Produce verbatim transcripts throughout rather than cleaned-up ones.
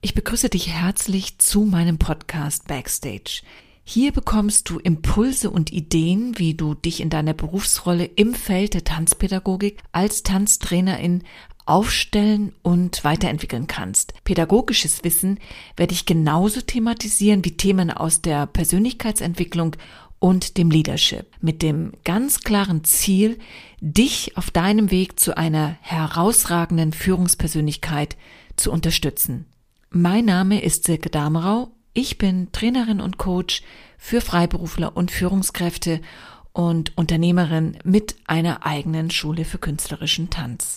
Ich begrüße dich herzlich zu meinem Podcast Backstage. Hier bekommst du Impulse und Ideen, wie du dich in deiner Berufsrolle im Feld der Tanzpädagogik als Tanztrainerin aufstellen und weiterentwickeln kannst. Pädagogisches Wissen werde ich genauso thematisieren wie Themen aus der Persönlichkeitsentwicklung und dem Leadership, mit dem ganz klaren Ziel, dich auf deinem Weg zu einer herausragenden Führungspersönlichkeit zu unterstützen. Mein Name ist Silke Damerau. Ich bin Trainerin und Coach für Freiberufler und Führungskräfte und Unternehmerin mit einer eigenen Schule für künstlerischen Tanz.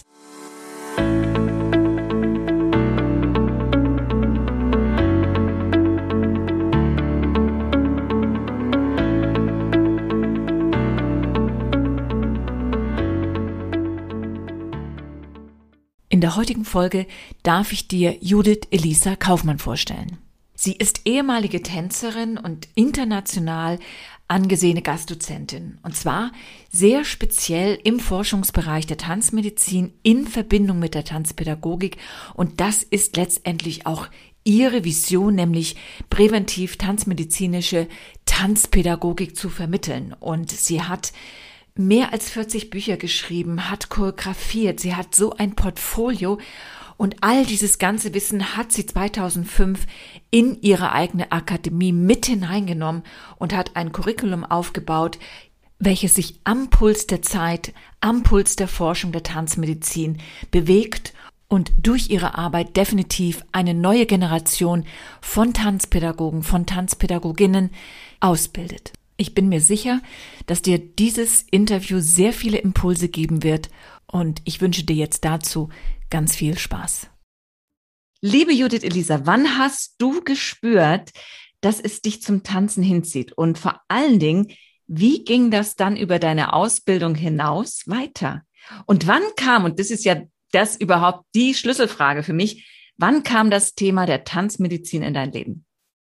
In der heutigen Folge darf ich dir Judith Elisa Kaufmann vorstellen. Sie ist ehemalige Tänzerin und international angesehene Gastdozentin. Und zwar sehr speziell im Forschungsbereich der Tanzmedizin in Verbindung mit der Tanzpädagogik. Und das ist letztendlich auch ihre Vision, nämlich präventiv tanzmedizinische Tanzpädagogik zu vermitteln. Und sie hat mehr als vierzig Bücher geschrieben, hat choreografiert, sie hat so ein Portfolio und all dieses ganze Wissen hat sie zweitausendfünf in ihre eigene Akademie mit hineingenommen und hat ein Curriculum aufgebaut, welches sich am Puls der Zeit, am Puls der Forschung der Tanzmedizin bewegt und durch ihre Arbeit definitiv eine neue Generation von Tanzpädagogen, von Tanzpädagoginnen ausbildet. Ich bin mir sicher, dass dir dieses Interview sehr viele Impulse geben wird und ich wünsche dir jetzt dazu ganz viel Spaß. Liebe Judith Elisa, wann hast du gespürt, dass es dich zum Tanzen hinzieht? Und vor allen Dingen, wie ging das dann über deine Ausbildung hinaus weiter? Und wann kam, und das ist ja das überhaupt die Schlüsselfrage für mich, wann kam das Thema der Tanzmedizin in dein Leben?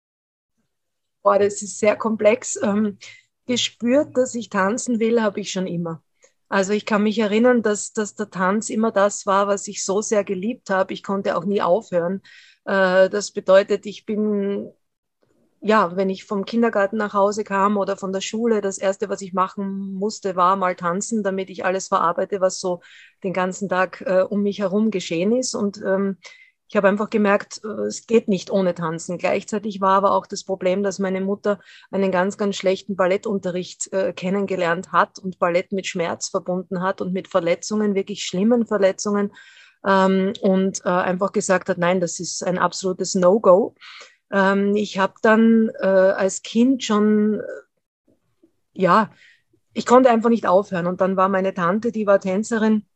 Boah, das ist sehr komplex. Ähm, gespürt, dass ich tanzen will, habe ich schon immer. Also ich kann mich erinnern, dass, dass der Tanz immer das war, was ich so sehr geliebt habe. Ich konnte auch nie aufhören. Äh, das bedeutet, ich bin, ja, wenn ich vom Kindergarten nach Hause kam oder von der Schule, das Erste, was ich machen musste, war mal tanzen, damit ich alles verarbeite, was so den ganzen Tag äh, um mich herum geschehen ist. Und ähm, ich habe einfach gemerkt, es geht nicht ohne Tanzen. Gleichzeitig war aber auch das Problem, dass meine Mutter einen ganz, ganz schlechten Ballettunterricht äh, kennengelernt hat und Ballett mit Schmerz verbunden hat und mit Verletzungen, wirklich schlimmen Verletzungen ähm, und äh, einfach gesagt hat, nein, das ist ein absolutes No-Go. Ähm, ich habe dann äh, als Kind schon, äh, ja, ich konnte einfach nicht aufhören. Und dann war meine Tante, die war Tänzerin,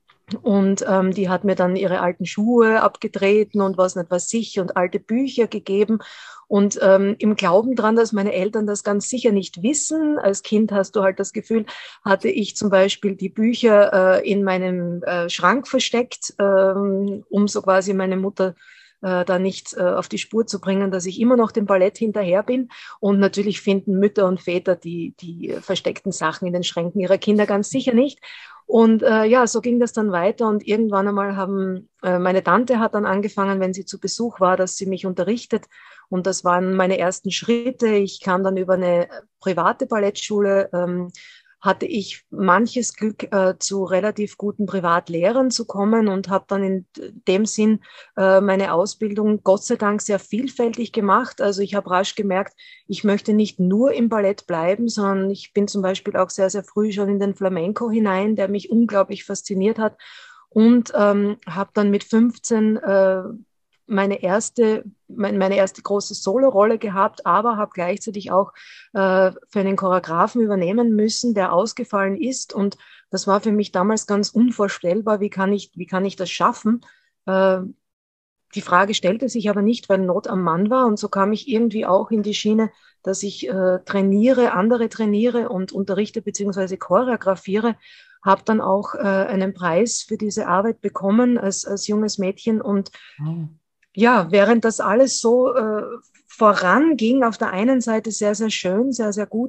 und ähm, die hat mir dann ihre alten Schuhe abgetreten und was nicht was ich und alte Bücher gegeben. Und ähm, im Glauben dran, dass meine Eltern das ganz sicher nicht wissen. Als Kind hast du halt das Gefühl, hatte ich zum Beispiel die Bücher äh, in meinem äh, Schrank versteckt, ähm, um so quasi meine Mutter äh, da nicht äh, auf die Spur zu bringen, dass ich immer noch dem Ballett hinterher bin. Und natürlich finden Mütter und Väter die, die versteckten Sachen in den Schränken ihrer Kinder ganz sicher nicht. Und äh, ja, so ging das dann weiter und irgendwann einmal haben, äh, meine Tante hat dann angefangen, wenn sie zu Besuch war, dass sie mich unterrichtet und das waren meine ersten Schritte. Ich kam dann über eine private Ballettschule, ähm, hatte ich manches Glück, äh, zu relativ guten Privatlehrern zu kommen und habe dann in dem Sinn äh, meine Ausbildung Gott sei Dank sehr vielfältig gemacht. Also ich habe rasch gemerkt, ich möchte nicht nur im Ballett bleiben, sondern ich bin zum Beispiel auch sehr, sehr früh schon in den Flamenco hinein, der mich unglaublich fasziniert hat und ähm, habe dann mit fünfzehn äh, meine erste, meine erste große Solorolle gehabt, aber habe gleichzeitig auch äh, für einen Choreografen übernehmen müssen, der ausgefallen ist. Und das war für mich damals ganz unvorstellbar. Wie kann ich, wie kann ich das schaffen? Äh, die Frage stellte sich aber nicht, weil Not am Mann war. Und so kam ich irgendwie auch in die Schiene, dass ich äh, trainiere, andere trainiere und unterrichte beziehungsweise choreografiere. Habe dann auch äh, einen Preis für diese Arbeit bekommen als, als junges Mädchen und Oh. ja, während das alles so äh, voranging, auf der einen Seite sehr, sehr schön, sehr, sehr gut,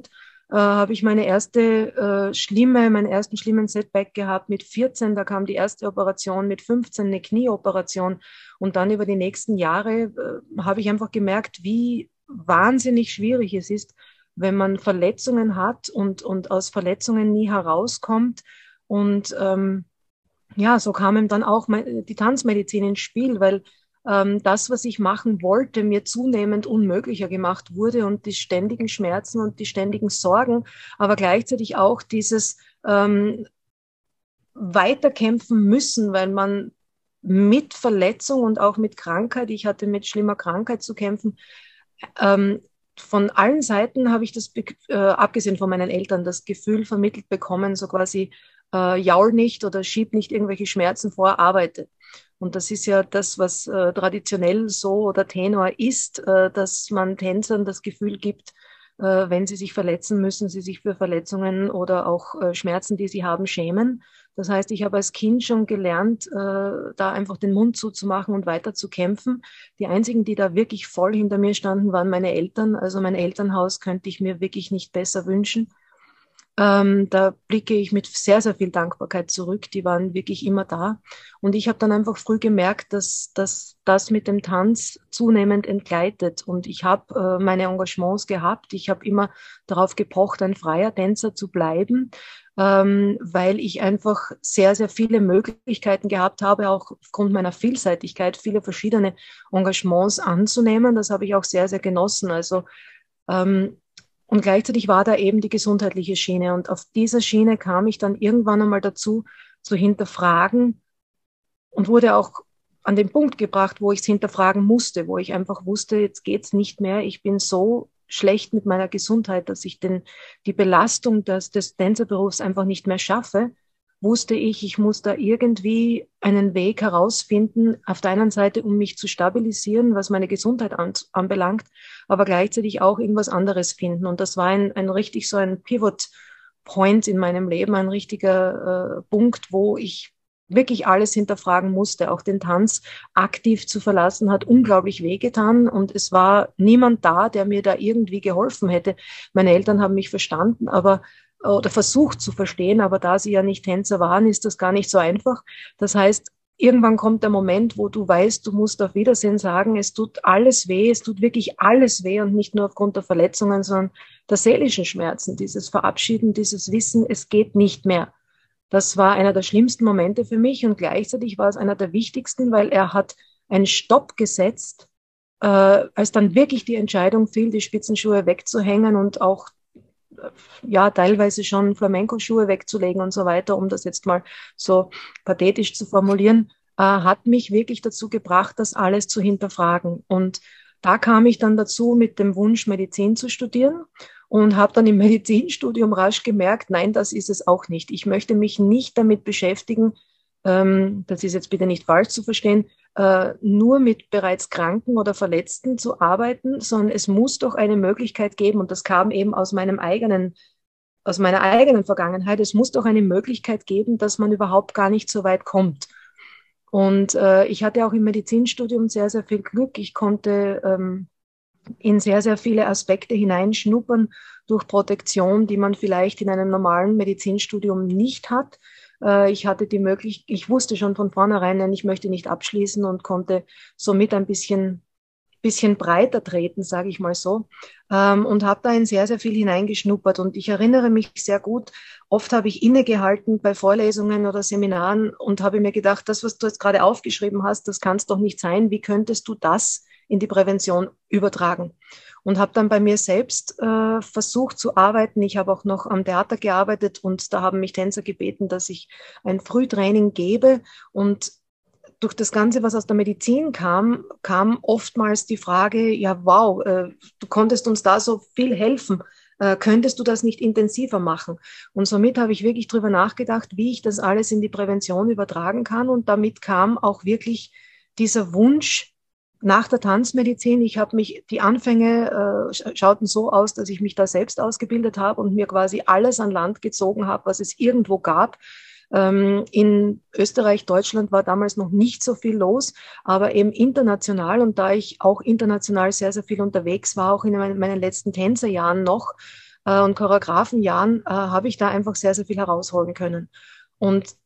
äh, habe ich meine erste äh, schlimme, meinen ersten schlimmen Setback gehabt mit vierzehn. Da kam die erste Operation, mit fünfzehn eine Knieoperation. Und dann über die nächsten Jahre äh, habe ich einfach gemerkt, wie wahnsinnig schwierig es ist, wenn man Verletzungen hat und, und aus Verletzungen nie herauskommt. Und ähm, ja, so kam ihm dann auch die Tanzmedizin ins Spiel, weil ähm, das, was ich machen wollte, mir zunehmend unmöglicher gemacht wurde und die ständigen Schmerzen und die ständigen Sorgen, aber gleichzeitig auch dieses ähm, Weiterkämpfen müssen, weil man mit Verletzung und auch mit Krankheit, ich hatte mit schlimmer Krankheit zu kämpfen, ähm, von allen Seiten habe ich das, äh, abgesehen von meinen Eltern, das Gefühl vermittelt bekommen, so quasi, äh, jaul nicht oder schieb nicht irgendwelche Schmerzen vor, arbeite. Und das ist ja das, was äh, traditionell so oder Tenor ist, äh, dass man Tänzern das Gefühl gibt, äh, wenn sie sich verletzen, müssen sie sich für Verletzungen oder auch äh, Schmerzen, die sie haben, schämen. Das heißt, ich habe als Kind schon gelernt, äh, da einfach den Mund zuzumachen und weiter zu kämpfen. Die einzigen, die da wirklich voll hinter mir standen, waren meine Eltern. Also mein Elternhaus könnte ich mir wirklich nicht besser wünschen. Ähm, da blicke ich mit sehr, sehr viel Dankbarkeit zurück. Die waren wirklich immer da. Und ich habe dann einfach früh gemerkt, dass, dass das mit dem Tanz zunehmend entgleitet. Und ich habe äh, meine Engagements gehabt. Ich habe immer darauf gepocht, ein freier Tänzer zu bleiben, ähm, weil ich einfach sehr, sehr viele Möglichkeiten gehabt habe, auch aufgrund meiner Vielseitigkeit, viele verschiedene Engagements anzunehmen. Das habe ich auch sehr, sehr genossen. Also ähm, und gleichzeitig war da eben die gesundheitliche Schiene. Und auf dieser Schiene kam ich dann irgendwann einmal dazu, zu hinterfragen und wurde auch an den Punkt gebracht, wo ich es hinterfragen musste, wo ich einfach wusste, jetzt geht's nicht mehr. Ich bin so schlecht mit meiner Gesundheit, dass ich den, die Belastung des, des Tänzerberufs einfach nicht mehr schaffe. Wusste ich, ich muss da irgendwie einen Weg herausfinden, auf der einen Seite, um mich zu stabilisieren, was meine Gesundheit an, anbelangt, aber gleichzeitig auch irgendwas anderes finden. Und das war ein, ein richtig so ein Pivot Point in meinem Leben, ein richtiger äh, Punkt, wo ich wirklich alles hinterfragen musste. Auch den Tanz aktiv zu verlassen hat unglaublich wehgetan und es war niemand da, der mir da irgendwie geholfen hätte. Meine Eltern haben mich verstanden, aber oder versucht zu verstehen, aber da sie ja nicht Tänzer waren, ist das gar nicht so einfach. Das heißt, irgendwann kommt der Moment, wo du weißt, du musst auf Wiedersehen sagen, es tut alles weh, es tut wirklich alles weh und nicht nur aufgrund der Verletzungen, sondern der seelischen Schmerzen, dieses Verabschieden, dieses Wissen, es geht nicht mehr. Das war einer der schlimmsten Momente für mich und gleichzeitig war es einer der wichtigsten, weil er hat einen Stopp gesetzt, äh, als dann wirklich die Entscheidung fiel, die Spitzenschuhe wegzuhängen und auch ja, teilweise schon Flamenco-Schuhe wegzulegen und so weiter, um das jetzt mal so pathetisch zu formulieren, äh, hat mich wirklich dazu gebracht, das alles zu hinterfragen. Und da kam ich dann dazu mit dem Wunsch, Medizin zu studieren und habe dann im Medizinstudium rasch gemerkt, nein, das ist es auch nicht. Ich möchte mich nicht damit beschäftigen, ähm, das ist jetzt bitte nicht falsch zu verstehen, äh, nur mit bereits Kranken oder Verletzten zu arbeiten, sondern es muss doch eine Möglichkeit geben, und das kam eben aus meinem eigenen, aus meiner eigenen Vergangenheit, es muss doch eine Möglichkeit geben, dass man überhaupt gar nicht so weit kommt. Und äh, ich hatte auch im Medizinstudium sehr, sehr viel Glück. Ich konnte ähm, in sehr, sehr viele Aspekte hineinschnuppern durch Protektion, die man vielleicht in einem normalen Medizinstudium nicht hat. Ich hatte die Möglichkeit, ich wusste schon von vornherein, ich möchte nicht abschließen und konnte somit ein bisschen, bisschen breiter treten, sage ich mal so, und habe da in sehr, sehr viel hineingeschnuppert. Und ich erinnere mich sehr gut, oft habe ich innegehalten bei Vorlesungen oder Seminaren und habe mir gedacht, das, was du jetzt gerade aufgeschrieben hast, das kann es doch nicht sein. Wie könntest du das in die Prävention übertragen? Und habe dann bei mir selbst äh, versucht zu arbeiten. Ich habe auch noch am Theater gearbeitet und da haben mich Tänzer gebeten, dass ich ein Frühtraining gebe. Und durch das Ganze, was aus der Medizin kam, kam oftmals die Frage, ja wow, äh, du konntest uns da so viel helfen. Äh, könntest du das nicht intensiver machen? Und somit habe ich wirklich drüber nachgedacht, wie ich das alles in die Prävention übertragen kann. Und damit kam auch wirklich dieser Wunsch, nach der Tanzmedizin, ich habe mich, die Anfänge äh, schauten so aus, dass ich mich da selbst ausgebildet habe und mir quasi alles an Land gezogen habe, was es irgendwo gab. Ähm, in Österreich, Deutschland war damals noch nicht so viel los, aber eben international. Und da ich auch international sehr, sehr viel unterwegs war, auch in meinen, meinen letzten Tänzerjahren noch, äh, und Choreografenjahren äh, habe ich da einfach sehr, sehr viel herausholen können. Und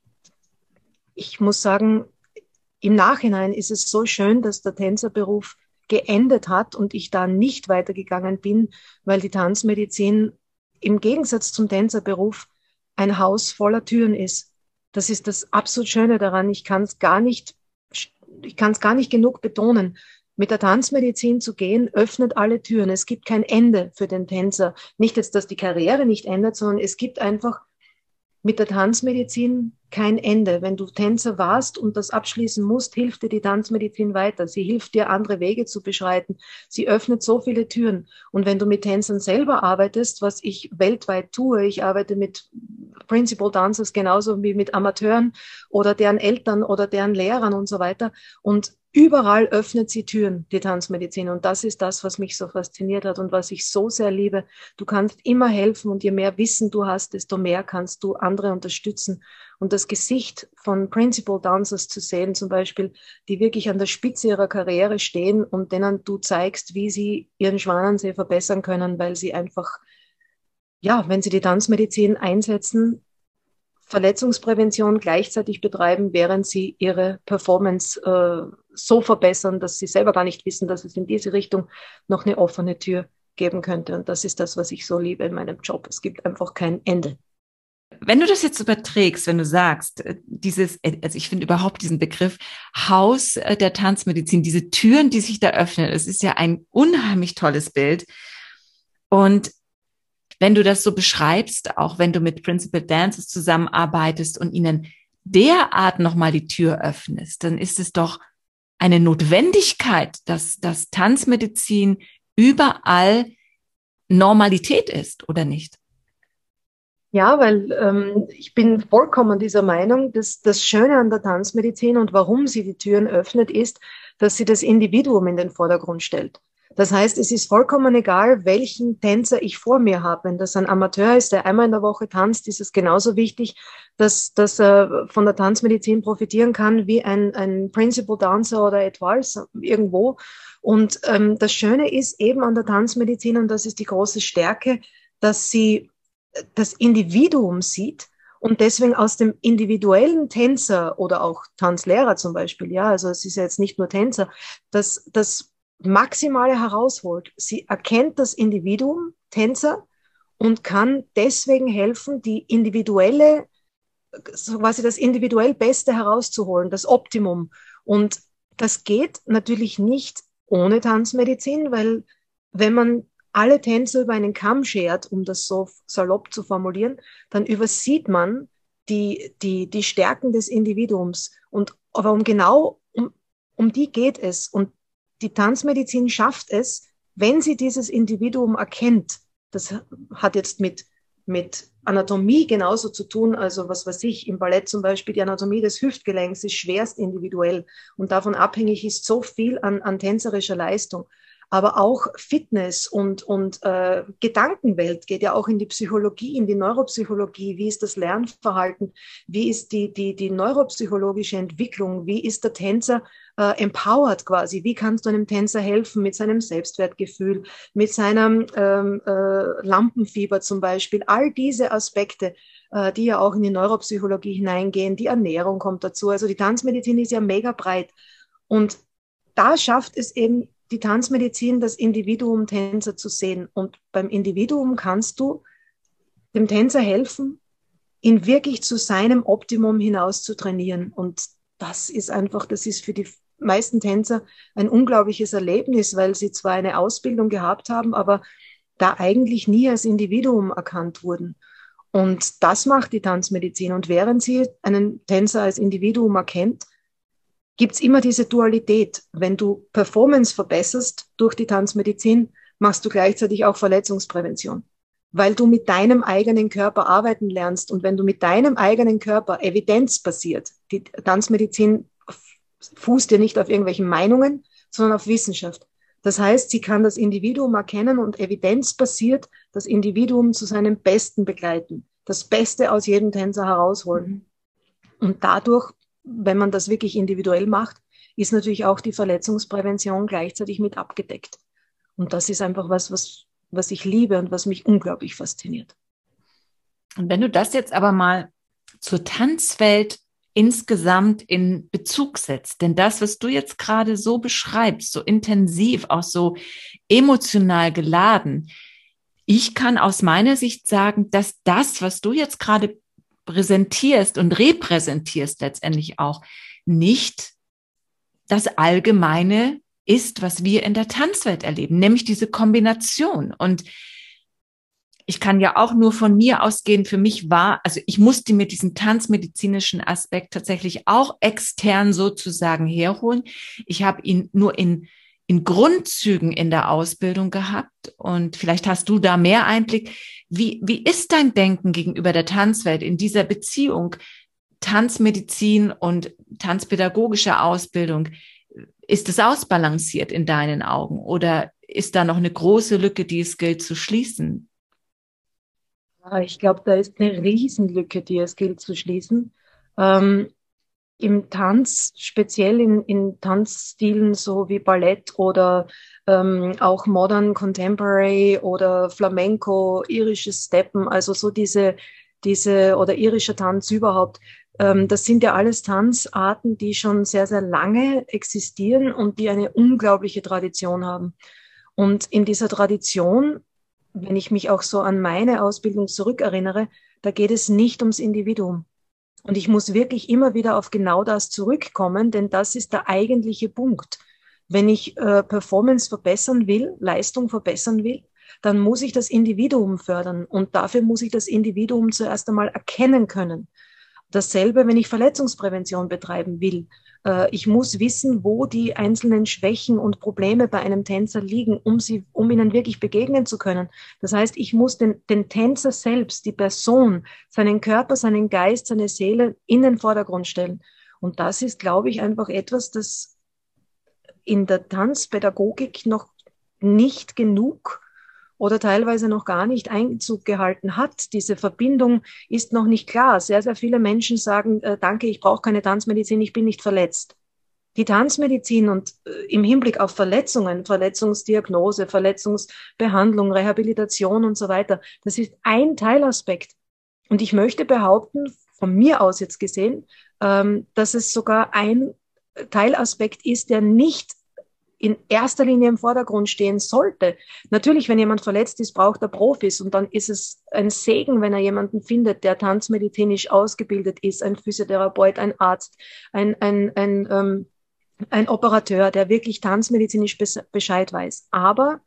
ich muss sagen, im Nachhinein ist es so schön, dass der Tänzerberuf geendet hat und ich da nicht weitergegangen bin, weil die Tanzmedizin im Gegensatz zum Tänzerberuf ein Haus voller Türen ist. Das ist das absolut Schöne daran. Ich kann es gar nicht, ich kann es gar nicht genug betonen. Mit der Tanzmedizin zu gehen, öffnet alle Türen. Es gibt kein Ende für den Tänzer. Nicht jetzt, dass die Karriere nicht endet, sondern es gibt einfach mit der Tanzmedizin kein Ende. Wenn du Tänzer warst und das abschließen musst, hilft dir die Tanzmedizin weiter. Sie hilft dir, andere Wege zu beschreiten. Sie öffnet so viele Türen. Und wenn du mit Tänzern selber arbeitest, was ich weltweit tue, ich arbeite mit Principal Dancers genauso wie mit Amateuren oder deren Eltern oder deren Lehrern und so weiter. Und überall öffnet sie Türen, die Tanzmedizin. Und das ist das, was mich so fasziniert hat und was ich so sehr liebe. Du kannst immer helfen und je mehr Wissen du hast, desto mehr kannst du andere unterstützen. Und das Gesicht von Principal Dancers zu sehen, zum Beispiel, die wirklich an der Spitze ihrer Karriere stehen und denen du zeigst, wie sie ihren Schwanensee verbessern können, weil sie einfach, ja, wenn sie die Tanzmedizin einsetzen, Verletzungsprävention gleichzeitig betreiben, während sie ihre Performance äh, so verbessern, dass sie selber gar nicht wissen, dass es in diese Richtung noch eine offene Tür geben könnte. Und das ist das, was ich so liebe in meinem Job. Es gibt einfach kein Ende. Wenn du das jetzt überträgst, wenn du sagst, dieses, also ich finde überhaupt diesen Begriff Haus der Tanzmedizin, diese Türen, die sich da öffnen, es ist ja ein unheimlich tolles Bild. Und wenn du das so beschreibst, auch wenn du mit Principal Dancers zusammenarbeitest und ihnen derart nochmal die Tür öffnest, dann ist es doch eine Notwendigkeit, dass, dass Tanzmedizin überall Normalität ist, oder nicht? Ja, weil ähm, ich bin vollkommen dieser Meinung, dass das Schöne an der Tanzmedizin und warum sie die Türen öffnet, ist, dass sie das Individuum in den Vordergrund stellt. Das heißt, es ist vollkommen egal, welchen Tänzer ich vor mir habe. Wenn das ein Amateur ist, der einmal in der Woche tanzt, ist es genauso wichtig, dass, dass er von der Tanzmedizin profitieren kann wie ein, ein Principal Dancer oder etwas irgendwo. Und ähm, das Schöne ist eben an der Tanzmedizin, und das ist die große Stärke, dass sie das Individuum sieht und deswegen aus dem individuellen Tänzer oder auch Tanzlehrer zum Beispiel, ja, also es ist ja jetzt nicht nur Tänzer, das, das Maximale herausholt. Sie erkennt das Individuum, Tänzer, und kann deswegen helfen, die individuelle, so quasi das individuell Beste herauszuholen, das Optimum. Und das geht natürlich nicht ohne Tanzmedizin, weil wenn man alle Tänzer über einen Kamm schert, um das so salopp zu formulieren, dann übersieht man die, die, die Stärken des Individuums. Und aber um genau um, um die geht es. Und die Tanzmedizin schafft es, wenn sie dieses Individuum erkennt. Das hat jetzt mit, mit Anatomie genauso zu tun. Also was weiß ich, im Ballett zum Beispiel, die Anatomie des Hüftgelenks ist schwerst individuell. Und davon abhängig ist so viel an, an tänzerischer Leistung. Aber auch Fitness und, und äh, Gedankenwelt geht ja auch in die Psychologie, in die Neuropsychologie. Wie ist das Lernverhalten? Wie ist die, die, die neuropsychologische Entwicklung? Wie ist der Tänzer äh, empowered quasi? Wie kannst du einem Tänzer helfen mit seinem Selbstwertgefühl, mit seinem ähm, äh, Lampenfieber zum Beispiel? All diese Aspekte, äh, die ja auch in die Neuropsychologie hineingehen. Die Ernährung kommt dazu. Also die Tanzmedizin ist ja mega breit. Und da schafft es eben die Tanzmedizin, das Individuum Tänzer zu sehen. Und beim Individuum kannst du dem Tänzer helfen, ihn wirklich zu seinem Optimum hinaus zu trainieren. Und das ist einfach, das ist für die meisten Tänzer ein unglaubliches Erlebnis, weil sie zwar eine Ausbildung gehabt haben, aber da eigentlich nie als Individuum erkannt wurden. Und das macht die Tanzmedizin. Und während sie einen Tänzer als Individuum erkennt, gibt es immer diese Dualität. Wenn du Performance verbesserst durch die Tanzmedizin, machst du gleichzeitig auch Verletzungsprävention, weil du mit deinem eigenen Körper arbeiten lernst. Und wenn du mit deinem eigenen Körper evidenzbasiert, die Tanzmedizin fußt ja nicht auf irgendwelchen Meinungen, sondern auf Wissenschaft. Das heißt, sie kann das Individuum erkennen und evidenzbasiert das Individuum zu seinem Besten begleiten, das Beste aus jedem Tänzer herausholen. Und dadurch, wenn man das wirklich individuell macht, ist natürlich auch die Verletzungsprävention gleichzeitig mit abgedeckt. Und das ist einfach was, was was ich liebe und was mich unglaublich fasziniert. Und wenn du das jetzt aber mal zur Tanzwelt insgesamt in Bezug setzt, denn das, was du jetzt gerade so beschreibst, so intensiv, auch so emotional geladen, ich kann aus meiner Sicht sagen, dass das, was du jetzt gerade präsentierst und repräsentierst letztendlich auch, nicht das Allgemeine ist, was wir in der Tanzwelt erleben, nämlich diese Kombination. Und ich kann ja auch nur von mir ausgehen, für mich war, also ich musste mir diesen tanzmedizinischen Aspekt tatsächlich auch extern sozusagen herholen. Ich habe ihn nur in, in Grundzügen in der Ausbildung gehabt und vielleicht hast du da mehr Einblick. Wie, wie ist dein Denken gegenüber der Tanzwelt in dieser Beziehung Tanzmedizin und tanzpädagogische Ausbildung? Ist es ausbalanciert in deinen Augen oder ist da noch eine große Lücke, die es gilt zu schließen? Ich glaube, da ist eine Riesenlücke, die es gilt zu schließen. Ähm, Im Tanz, speziell in, in Tanzstilen so wie Ballett oder ähm, auch Modern Contemporary oder Flamenco, irisches Steppen, also so diese, diese oder irischer Tanz überhaupt. Ähm, das sind ja alles Tanzarten, die schon sehr, sehr lange existieren und die eine unglaubliche Tradition haben. Und in dieser Tradition, wenn ich mich auch so an meine Ausbildung zurückerinnere, da geht es nicht ums Individuum. Und ich muss wirklich immer wieder auf genau das zurückkommen, denn das ist der eigentliche Punkt. Wenn ich äh, Performance verbessern will, Leistung verbessern will, dann muss ich das Individuum fördern. Und dafür muss ich das Individuum zuerst einmal erkennen können. Dasselbe, wenn ich Verletzungsprävention betreiben will. Äh, ich muss wissen, wo die einzelnen Schwächen und Probleme bei einem Tänzer liegen, um, sie, um ihnen wirklich begegnen zu können. Das heißt, ich muss den, den Tänzer selbst, die Person, seinen Körper, seinen Geist, seine Seele in den Vordergrund stellen. Und das ist, glaube ich, einfach etwas, das in der Tanzpädagogik noch nicht genug oder teilweise noch gar nicht Einzug gehalten hat. Diese Verbindung ist noch nicht klar. Sehr, sehr viele Menschen sagen, äh, danke, ich brauche keine Tanzmedizin, ich bin nicht verletzt. Die Tanzmedizin und äh, im Hinblick auf Verletzungen, Verletzungsdiagnose, Verletzungsbehandlung, Rehabilitation und so weiter, das ist ein Teilaspekt. Und ich möchte behaupten, von mir aus jetzt gesehen, ähm, dass es sogar ein Teilaspekt ist, der nicht in erster Linie im Vordergrund stehen sollte. Natürlich, wenn jemand verletzt ist, braucht er Profis und dann ist es ein Segen, wenn er jemanden findet, der tanzmedizinisch ausgebildet ist, ein Physiotherapeut, ein Arzt, ein, ein, ein, ähm, ein Operateur, der wirklich tanzmedizinisch Bescheid weiß. Aber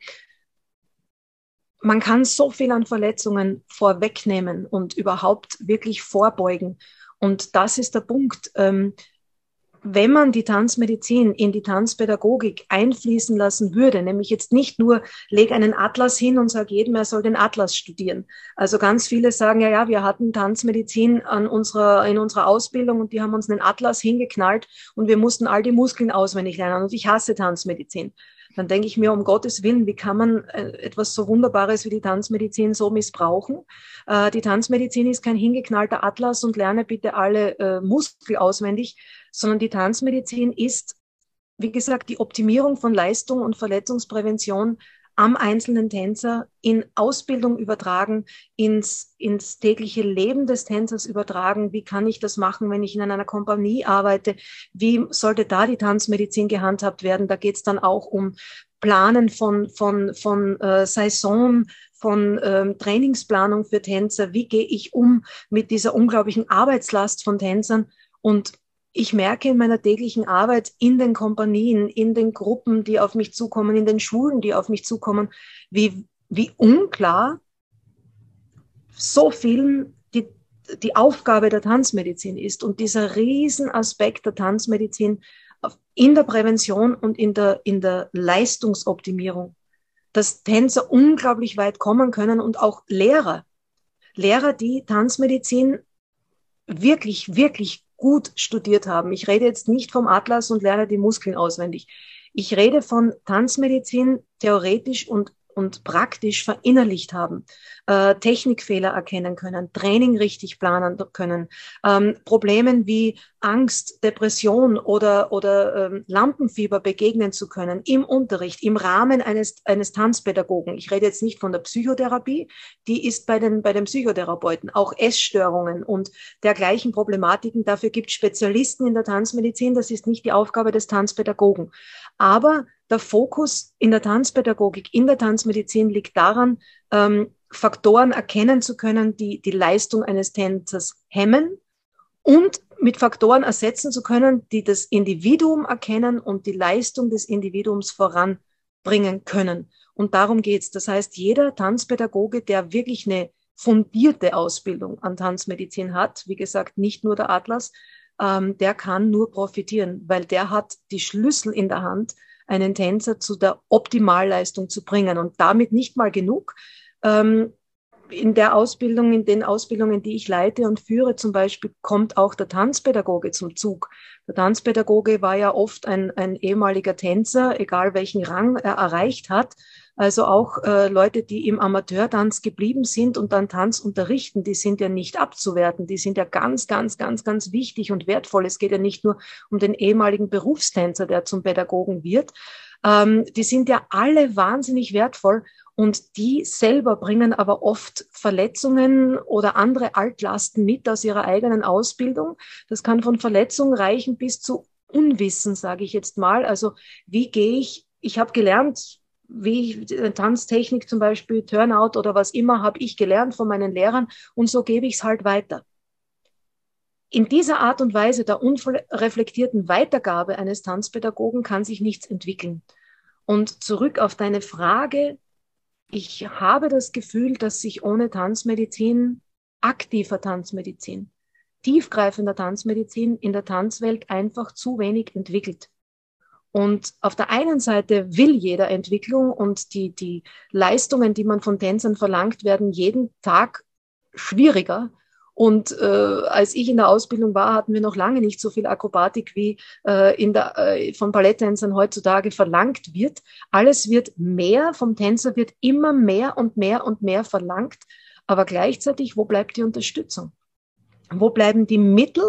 man kann so viel an Verletzungen vorwegnehmen und überhaupt wirklich vorbeugen. Und das ist der Punkt. Ähm, Wenn man die Tanzmedizin in die Tanzpädagogik einfließen lassen würde, nämlich jetzt nicht nur, leg einen Atlas hin und sag jedem, er soll den Atlas studieren. Also ganz viele sagen, ja, ja, wir hatten Tanzmedizin an unserer, in unserer Ausbildung und die haben uns einen Atlas hingeknallt und wir mussten all die Muskeln auswendig lernen und ich hasse Tanzmedizin. Dann denke ich mir, um Gottes Willen, wie kann man etwas so Wunderbares wie die Tanzmedizin so missbrauchen? Äh, die Tanzmedizin ist kein hingeknallter Atlas und lerne bitte alle äh, Muskel auswendig, sondern die Tanzmedizin ist, wie gesagt, die Optimierung von Leistung und Verletzungsprävention am einzelnen Tänzer in Ausbildung übertragen, ins, ins tägliche Leben des Tänzers übertragen. Wie kann ich das machen, wenn ich in einer Kompanie arbeite? Wie sollte da die Tanzmedizin gehandhabt werden? Da geht es dann auch um Planen von, von, von äh, Saison, von ähm, Trainingsplanung für Tänzer. Wie gehe ich um mit dieser unglaublichen Arbeitslast von Tänzern? Und ich merke in meiner täglichen Arbeit in den Kompanien, in den Gruppen, die auf mich zukommen, in den Schulen, die auf mich zukommen, wie, wie unklar so vielen die, die Aufgabe der Tanzmedizin ist. Und dieser Riesenaspekt der Tanzmedizin in der Prävention und in der, in der Leistungsoptimierung, dass Tänzer unglaublich weit kommen können und auch Lehrer, Lehrer, die Tanzmedizin wirklich, wirklich gut studiert haben. Ich rede jetzt nicht vom Atlas und lerne die Muskeln auswendig. Ich rede von Tanzmedizin theoretisch und, und praktisch verinnerlicht haben, äh, Technikfehler erkennen können, Training richtig planen können, ähm, Problemen wie Angst, Depression oder, oder ähm, Lampenfieber begegnen zu können im Unterricht, im Rahmen eines, eines Tanzpädagogen. Ich rede jetzt nicht von der Psychotherapie, die ist bei den, bei den Psychotherapeuten, auch Essstörungen und dergleichen Problematiken. Dafür gibt es Spezialisten in der Tanzmedizin, das ist nicht die Aufgabe des Tanzpädagogen. Aber der Fokus in der Tanzpädagogik, in der Tanzmedizin liegt daran, ähm, Faktoren erkennen zu können, die die Leistung eines Tänzers hemmen und mit Faktoren ersetzen zu können, die das Individuum erkennen und die Leistung des Individuums voranbringen können. Und darum geht's. Das heißt, jeder Tanzpädagoge, der wirklich eine fundierte Ausbildung an Tanzmedizin hat, wie gesagt, nicht nur der Atlas, ähm, der kann nur profitieren, weil der hat die Schlüssel in der Hand, einen Tänzer zu der Optimalleistung zu bringen. Und damit nicht mal genug. Ähm, in der Ausbildung, in den Ausbildungen, die ich leite und führe zum Beispiel, kommt auch der Tanzpädagoge zum Zug. Der Tanzpädagoge war ja oft ein, ein ehemaliger Tänzer, egal welchen Rang er erreicht hat. Also auch äh, Leute, die im Amateurtanz geblieben sind und dann Tanz unterrichten, die sind ja nicht abzuwerten. Die sind ja ganz, ganz, ganz, ganz wichtig und wertvoll. Es geht ja nicht nur um den ehemaligen Berufstänzer, der zum Pädagogen wird. Ähm, die sind ja alle wahnsinnig wertvoll. Und die selber bringen aber oft Verletzungen oder andere Altlasten mit aus ihrer eigenen Ausbildung. Das kann von Verletzungen reichen bis zu Unwissen, sage ich jetzt mal. Also wie gehe ich, ich habe gelernt, wie ich, Tanztechnik zum Beispiel, Turnout oder was immer, habe ich gelernt von meinen Lehrern und so gebe ich es halt weiter. In dieser Art und Weise der unreflektierten Weitergabe eines Tanzpädagogen kann sich nichts entwickeln. Und zurück auf deine Frage, ich habe das Gefühl, dass sich ohne Tanzmedizin, aktiver Tanzmedizin, tiefgreifender Tanzmedizin in der Tanzwelt einfach zu wenig entwickelt. Und auf der einen Seite will jeder Entwicklung und die, die Leistungen, die man von Tänzern verlangt, werden jeden Tag schwieriger. Und äh, als ich in der Ausbildung war, hatten wir noch lange nicht so viel Akrobatik, wie äh, in der, äh, von Balletttänzern heutzutage verlangt wird. Alles wird mehr, vom Tänzer wird immer mehr und mehr und mehr verlangt. Aber gleichzeitig, wo bleibt die Unterstützung? Wo bleiben die Mittel,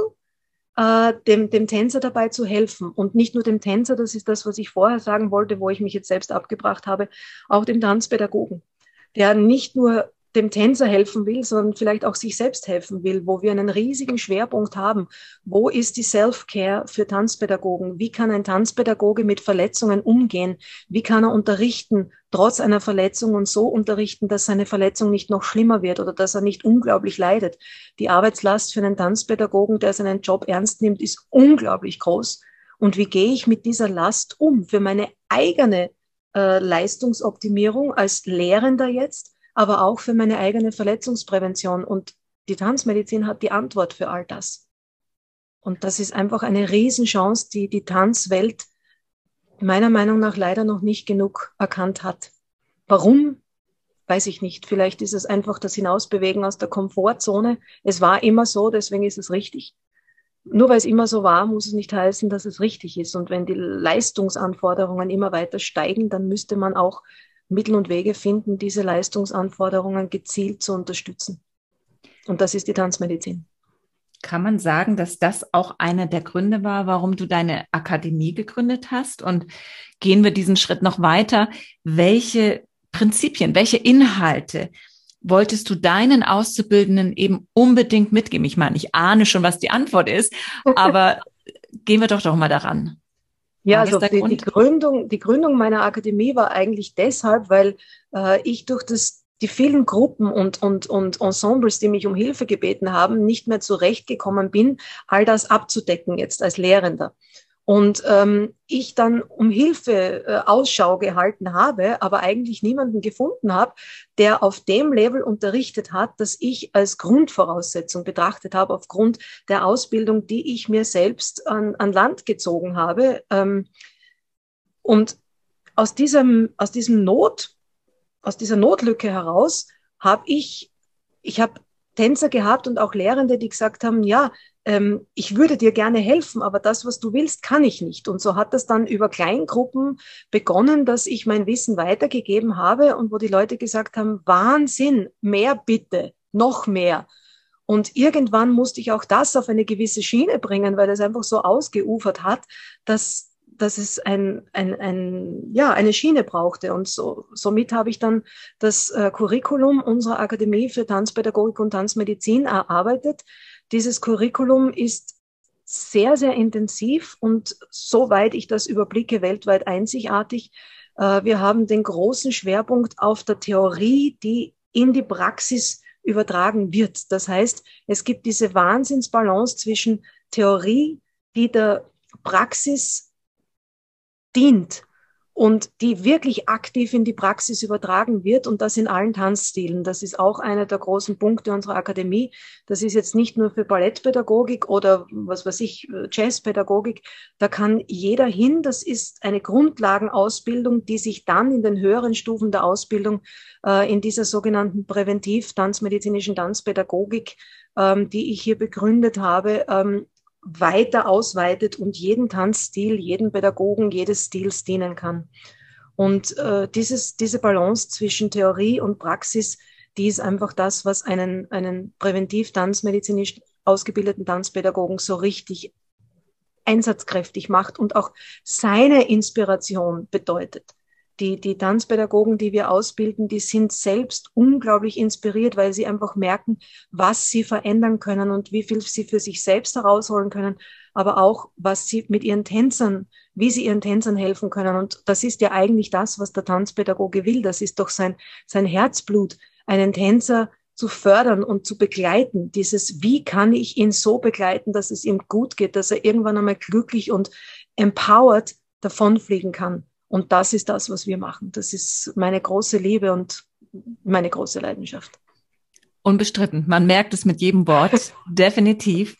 äh, dem, dem Tänzer dabei zu helfen? Und nicht nur dem Tänzer, das ist das, was ich vorher sagen wollte, wo ich mich jetzt selbst abgebracht habe, auch dem Tanzpädagogen, der nicht nur dem Tänzer helfen will, sondern vielleicht auch sich selbst helfen will, wo wir einen riesigen Schwerpunkt haben. Wo ist die Self-Care für Tanzpädagogen? Wie kann ein Tanzpädagoge mit Verletzungen umgehen? Wie kann er unterrichten, trotz einer Verletzung und so unterrichten, dass seine Verletzung nicht noch schlimmer wird oder dass er nicht unglaublich leidet? Die Arbeitslast für einen Tanzpädagogen, der seinen Job ernst nimmt, ist unglaublich groß. Und wie gehe ich mit dieser Last um für meine eigene äh, Leistungsoptimierung als Lehrender jetzt, aber auch für meine eigene Verletzungsprävention. Und die Tanzmedizin hat die Antwort für all das. Und das ist einfach eine Riesenchance, die die Tanzwelt meiner Meinung nach leider noch nicht genug erkannt hat. Warum? Weiß ich nicht. Vielleicht ist es einfach das Hinausbewegen aus der Komfortzone. Es war immer so, deswegen ist es richtig. Nur weil es immer so war, muss es nicht heißen, dass es richtig ist. Und wenn die Leistungsanforderungen immer weiter steigen, dann müsste man auch Mittel und Wege finden, diese Leistungsanforderungen gezielt zu unterstützen. Und das ist die Tanzmedizin. Kann man sagen, dass das auch einer der Gründe war, warum du deine Akademie gegründet hast? Und gehen wir diesen Schritt noch weiter. Welche Prinzipien, welche Inhalte wolltest du deinen Auszubildenden eben unbedingt mitgeben? Ich meine, ich ahne schon, was die Antwort ist, aber gehen wir doch doch mal daran. Ja, also die, die, Gründung, die Gründung meiner Akademie war eigentlich deshalb, weil äh, ich durch das, die vielen Gruppen und, und, und Ensembles, die mich um Hilfe gebeten haben, nicht mehr zurechtgekommen bin, all das abzudecken jetzt als Lehrender. Und ähm, ich dann um Hilfe äh, Ausschau gehalten habe, aber eigentlich niemanden gefunden habe, der auf dem Level unterrichtet hat, das ich als Grundvoraussetzung betrachtet habe, aufgrund der Ausbildung, die ich mir selbst an, an Land gezogen habe. Ähm, und aus diesem, aus diesem Not, aus dieser Notlücke heraus habe ich, ich habe Tänzer gehabt und auch Lehrende, die gesagt haben, ja, ähm, ich würde dir gerne helfen, aber das, was du willst, kann ich nicht. Und so hat das dann über Kleingruppen begonnen, dass ich mein Wissen weitergegeben habe und wo die Leute gesagt haben, Wahnsinn, mehr bitte, noch mehr. Und irgendwann musste ich auch das auf eine gewisse Schiene bringen, weil es einfach so ausgeufert hat, dass, dass es ein, ein, ein, ja, eine Schiene brauchte. Und so, somit habe ich dann das äh, Curriculum unserer Akademie für Tanzpädagogik und Tanzmedizin erarbeitet. Dieses Curriculum ist sehr, sehr intensiv und soweit ich das überblicke, weltweit einzigartig. Äh, wir haben den großen Schwerpunkt auf der Theorie, die in die Praxis übertragen wird. Das heißt, es gibt diese Wahnsinnsbalance zwischen Theorie, die der Praxis dient und die wirklich aktiv in die Praxis übertragen wird und das in allen Tanzstilen. Das ist auch einer der großen Punkte unserer Akademie. Das ist jetzt nicht nur für Ballettpädagogik oder was weiß ich, Jazzpädagogik. Da kann jeder hin. Das ist eine Grundlagenausbildung, die sich dann in den höheren Stufen der Ausbildung äh, in dieser sogenannten präventiv-tanzmedizinischen Tanzpädagogik, ähm, die ich hier begründet habe, ähm, weiter ausweitet und jeden Tanzstil, jeden Pädagogen, jedes Stils dienen kann. Und äh, dieses, diese Balance zwischen Theorie und Praxis, die ist einfach das, was einen, einen präventiv-tanzmedizinisch ausgebildeten Tanzpädagogen so richtig einsatzkräftig macht und auch seine Inspiration bedeutet. Die, die Tanzpädagogen, die wir ausbilden, die sind selbst unglaublich inspiriert, weil sie einfach merken, was sie verändern können und wie viel sie für sich selbst herausholen können, aber auch, was sie mit ihren Tänzern, wie sie ihren Tänzern helfen können. Und das ist ja eigentlich das, was der Tanzpädagoge will. Das ist doch sein, sein Herzblut, einen Tänzer zu fördern und zu begleiten. Dieses, wie kann ich ihn so begleiten, dass es ihm gut geht, dass er irgendwann einmal glücklich und empowered davonfliegen kann. Und das ist das, was wir machen. Das ist meine große Liebe und meine große Leidenschaft. Unbestritten. Man merkt es mit jedem Wort. Definitiv.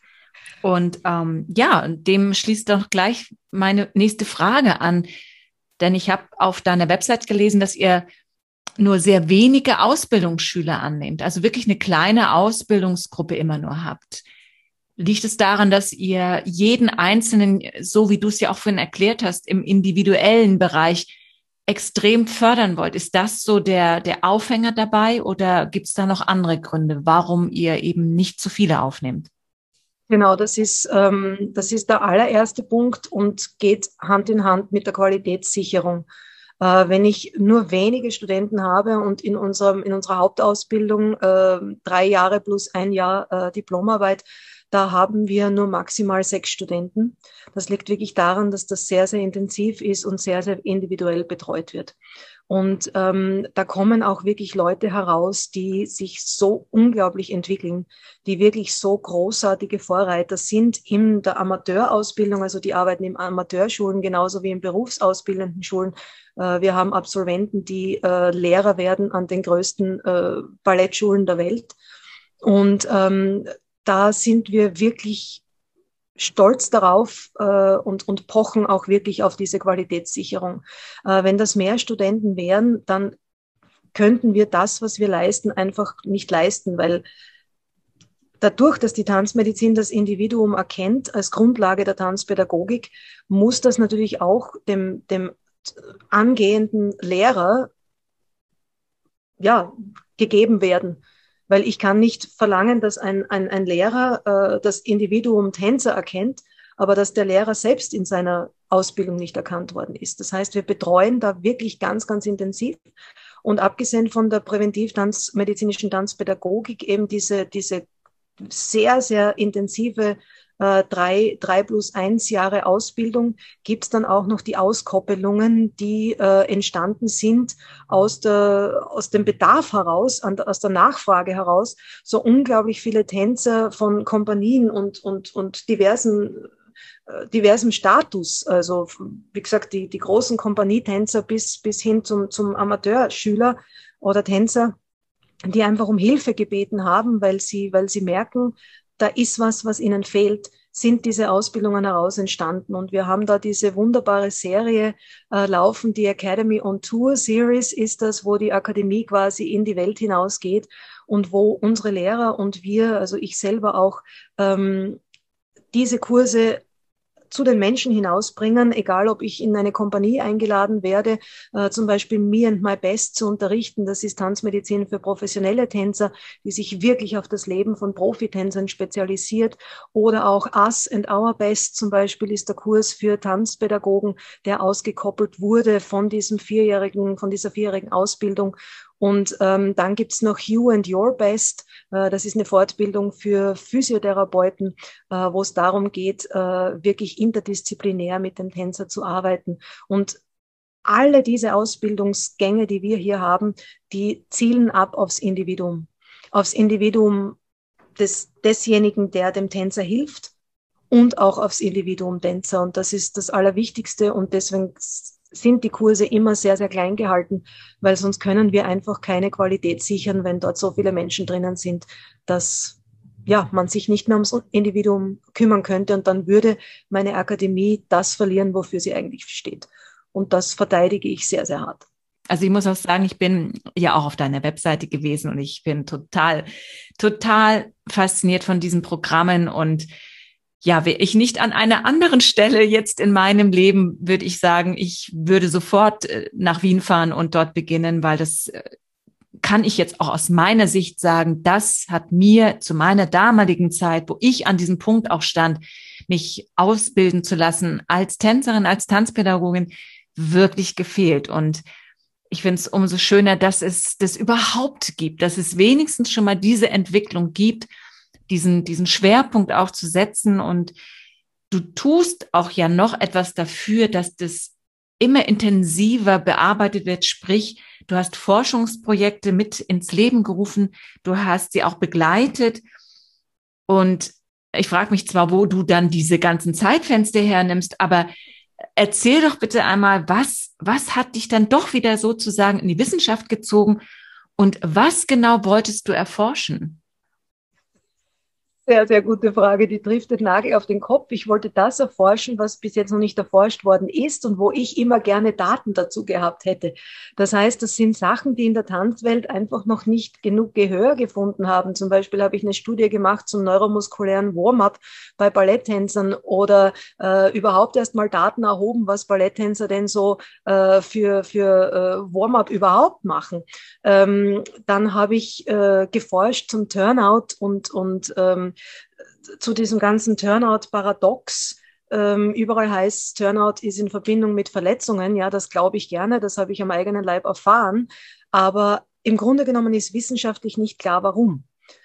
Und ähm, ja, dem schließt doch gleich meine nächste Frage an. Denn ich habe auf deiner Website gelesen, dass ihr nur sehr wenige Ausbildungsschüler annehmt. Also wirklich eine kleine Ausbildungsgruppe immer nur habt. Liegt es daran, dass ihr jeden Einzelnen, so wie du es ja auch vorhin erklärt hast, im individuellen Bereich extrem fördern wollt? Ist das so der, der Aufhänger dabei oder gibt es da noch andere Gründe, warum ihr eben nicht zu viele aufnehmt? Genau, das ist, ähm, das ist der allererste Punkt und geht Hand in Hand mit der Qualitätssicherung. Äh, wenn ich nur wenige Studenten habe und in unserem, in unserer Hauptausbildung äh, drei Jahre plus ein Jahr äh, Diplomarbeit, da haben wir nur maximal sechs Studenten. Das liegt wirklich daran, dass das sehr, sehr intensiv ist und sehr, sehr individuell betreut wird. Und ähm, da kommen auch wirklich Leute heraus, die sich so unglaublich entwickeln, die wirklich so großartige Vorreiter sind in der Amateurausbildung, also die arbeiten in Amateurschulen genauso wie in berufsausbildenden Schulen. Äh, wir haben Absolventen, die äh, Lehrer werden an den größten äh, Ballettschulen der Welt. Und ähm, da sind wir wirklich stolz darauf äh, und, und pochen auch wirklich auf diese Qualitätssicherung. Äh, wenn das mehr Studenten wären, dann könnten wir das, was wir leisten, einfach nicht leisten, weil dadurch, dass die Tanzmedizin das Individuum erkennt als Grundlage der Tanzpädagogik, muss das natürlich auch dem, dem angehenden Lehrer ja, gegeben werden. Weil ich kann nicht verlangen, dass ein, ein, ein Lehrer äh, das Individuum Tänzer erkennt, aber dass der Lehrer selbst in seiner Ausbildung nicht erkannt worden ist. Das heißt, wir betreuen da wirklich ganz, ganz intensiv. Und abgesehen von der präventiv-tanzmedizinischen Tanzpädagogik eben diese, diese sehr, sehr intensive äh, drei, drei plus eins Jahre Ausbildung, gibt es dann auch noch die Auskoppelungen, die äh, entstanden sind aus, der, aus dem Bedarf heraus, an, aus der Nachfrage heraus, so unglaublich viele Tänzer von Kompanien und, und, und diversen äh, diversem Status, also wie gesagt, die, die großen Kompanietänzer bis, bis hin zum, zum Amateurschüler oder Tänzer, die einfach um Hilfe gebeten haben, weil sie, weil sie merken, da ist was, was ihnen fehlt, sind diese Ausbildungen heraus entstanden. Und wir haben da diese wunderbare Serie äh, laufen, die Academy on Tour Series ist das, wo die Akademie quasi in die Welt hinausgeht und wo unsere Lehrer und wir, also ich selber auch, ähm, diese Kurse zu den Menschen hinausbringen, egal ob ich in eine Kompanie eingeladen werde, äh, zum Beispiel Me and My Best zu unterrichten. Das ist Tanzmedizin für professionelle Tänzer, die sich wirklich auf das Leben von Profitänzern spezialisiert. Oder auch Us and Our Best zum Beispiel ist der Kurs für Tanzpädagogen, der ausgekoppelt wurde von diesem vierjährigen, von dieser vierjährigen Ausbildung. Und ähm, dann gibt's noch You and Your Best. Äh, das ist eine Fortbildung für Physiotherapeuten, äh, wo es darum geht, äh, wirklich interdisziplinär mit dem Tänzer zu arbeiten. Und alle diese Ausbildungsgänge, die wir hier haben, die zielen ab aufs Individuum. Aufs Individuum des, desjenigen, der dem Tänzer hilft, und auch aufs Individuum Tänzer. Und das ist das Allerwichtigste. Und deswegen sind die Kurse immer sehr, sehr klein gehalten, weil sonst können wir einfach keine Qualität sichern, wenn dort so viele Menschen drinnen sind, dass ja, man sich nicht mehr ums Individuum kümmern könnte, und dann würde meine Akademie das verlieren, wofür sie eigentlich steht. Und das verteidige ich sehr, sehr hart. Also ich muss auch sagen, ich bin ja auch auf deiner Webseite gewesen und ich bin total, total fasziniert von diesen Programmen. Und ja, wäre ich nicht an einer anderen Stelle jetzt in meinem Leben, würde ich sagen, ich würde sofort nach Wien fahren und dort beginnen, weil das kann ich jetzt auch aus meiner Sicht sagen, das hat mir zu meiner damaligen Zeit, wo ich an diesem Punkt auch stand, mich ausbilden zu lassen als Tänzerin, als Tanzpädagogin, wirklich gefehlt. Und ich finde es umso schöner, dass es das überhaupt gibt, dass es wenigstens schon mal diese Entwicklung gibt, diesen, diesen Schwerpunkt auch zu setzen. Und du tust auch ja noch etwas dafür, dass das immer intensiver bearbeitet wird. Sprich, du hast Forschungsprojekte mit ins Leben gerufen, du hast sie auch begleitet. Und ich frage mich zwar, wo du dann diese ganzen Zeitfenster hernimmst, aber erzähl doch bitte einmal, was, was hat dich dann doch wieder sozusagen in die Wissenschaft gezogen und was genau wolltest du erforschen? Sehr, sehr gute Frage. Die trifft den Nagel auf den Kopf. Ich wollte das erforschen, was bis jetzt noch nicht erforscht worden ist und wo ich immer gerne Daten dazu gehabt hätte. Das heißt, das sind Sachen, die in der Tanzwelt einfach noch nicht genug Gehör gefunden haben. Zum Beispiel habe ich eine Studie gemacht zum neuromuskulären Warm-up bei Balletttänzern oder äh, überhaupt erst mal Daten erhoben, was Balletttänzer denn so äh, für, für äh, Warm-up überhaupt machen. Ähm, dann habe ich äh, geforscht zum Turnout und, und ähm, zu diesem ganzen Turnout-Paradox. Ähm, überall heißt, Turnout ist in Verbindung mit Verletzungen. Ja, das glaube ich gerne, das habe ich am eigenen Leib erfahren. Aber im Grunde genommen ist wissenschaftlich nicht klar, warum.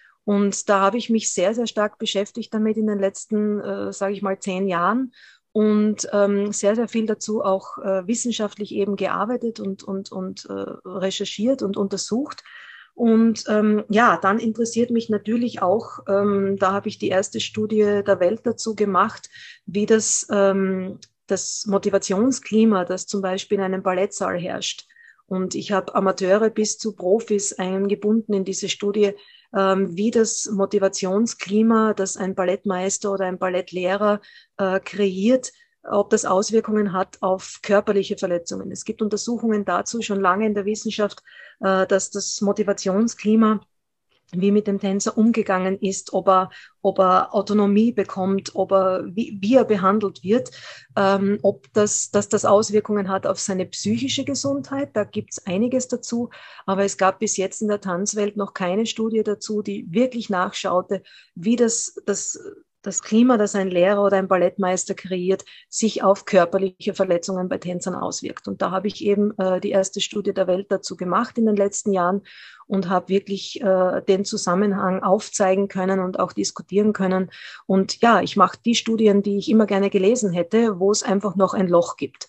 Und da habe ich mich sehr, sehr stark beschäftigt damit in den letzten, äh, sage ich mal, zehn Jahren und ähm, sehr, sehr viel dazu auch äh, wissenschaftlich eben gearbeitet und, und, und äh, recherchiert und untersucht. Und ähm, ja, dann interessiert mich natürlich auch, ähm, da habe ich die erste Studie der Welt dazu gemacht, wie das, ähm, das Motivationsklima, das zum Beispiel in einem Ballettsaal herrscht. Und ich habe Amateure bis zu Profis eingebunden in diese Studie, ähm, wie das Motivationsklima, das ein Ballettmeister oder ein Ballettlehrer äh, kreiert, ob das Auswirkungen hat auf körperliche Verletzungen. Es gibt Untersuchungen dazu schon lange in der Wissenschaft, äh, dass das Motivationsklima, wie mit dem Tänzer umgegangen ist, ob er, ob er Autonomie bekommt, ob er, wie, wie er behandelt wird, ähm, ob das, dass das Auswirkungen hat auf seine psychische Gesundheit. Da gibt es einiges dazu, aber es gab bis jetzt in der Tanzwelt noch keine Studie dazu, die wirklich nachschaute, wie das, das das Klima, das ein Lehrer oder ein Ballettmeister kreiert, sich auf körperliche Verletzungen bei Tänzern auswirkt. Und da habe ich eben äh, die erste Studie der Welt dazu gemacht in den letzten Jahren und habe wirklich äh, den Zusammenhang aufzeigen können und auch diskutieren können. Und ja, ich mache die Studien, die ich immer gerne gelesen hätte, wo es einfach noch ein Loch gibt.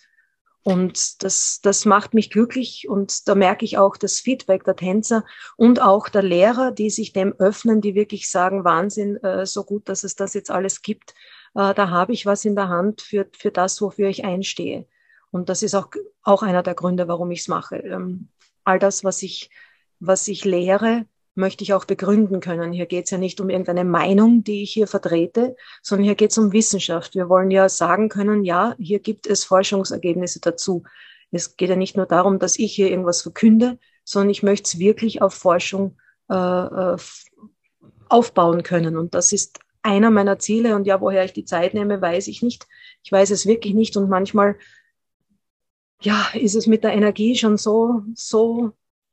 Und das, das macht mich glücklich und da merke ich auch das Feedback der Tänzer und auch der Lehrer, die sich dem öffnen, die wirklich sagen, Wahnsinn, äh, so gut, dass es das jetzt alles gibt. Äh, da habe ich was in der Hand für, für das, wofür ich einstehe. Und das ist auch, auch einer der Gründe, warum ich es mache. Ähm, all das, was ich, was ich lehre, möchte ich auch begründen können. Hier geht es ja nicht um irgendeine Meinung, die ich hier vertrete, sondern hier geht es um Wissenschaft. Wir wollen ja sagen können, ja, hier gibt es Forschungsergebnisse dazu. Es geht ja nicht nur darum, dass ich hier irgendwas verkünde, sondern ich möchte es wirklich auf Forschung äh, aufbauen können. Und das ist einer meiner Ziele. Und ja, woher ich die Zeit nehme, weiß ich nicht. Ich weiß es wirklich nicht. Und manchmal, ja, ist es mit der Energie schon so, so,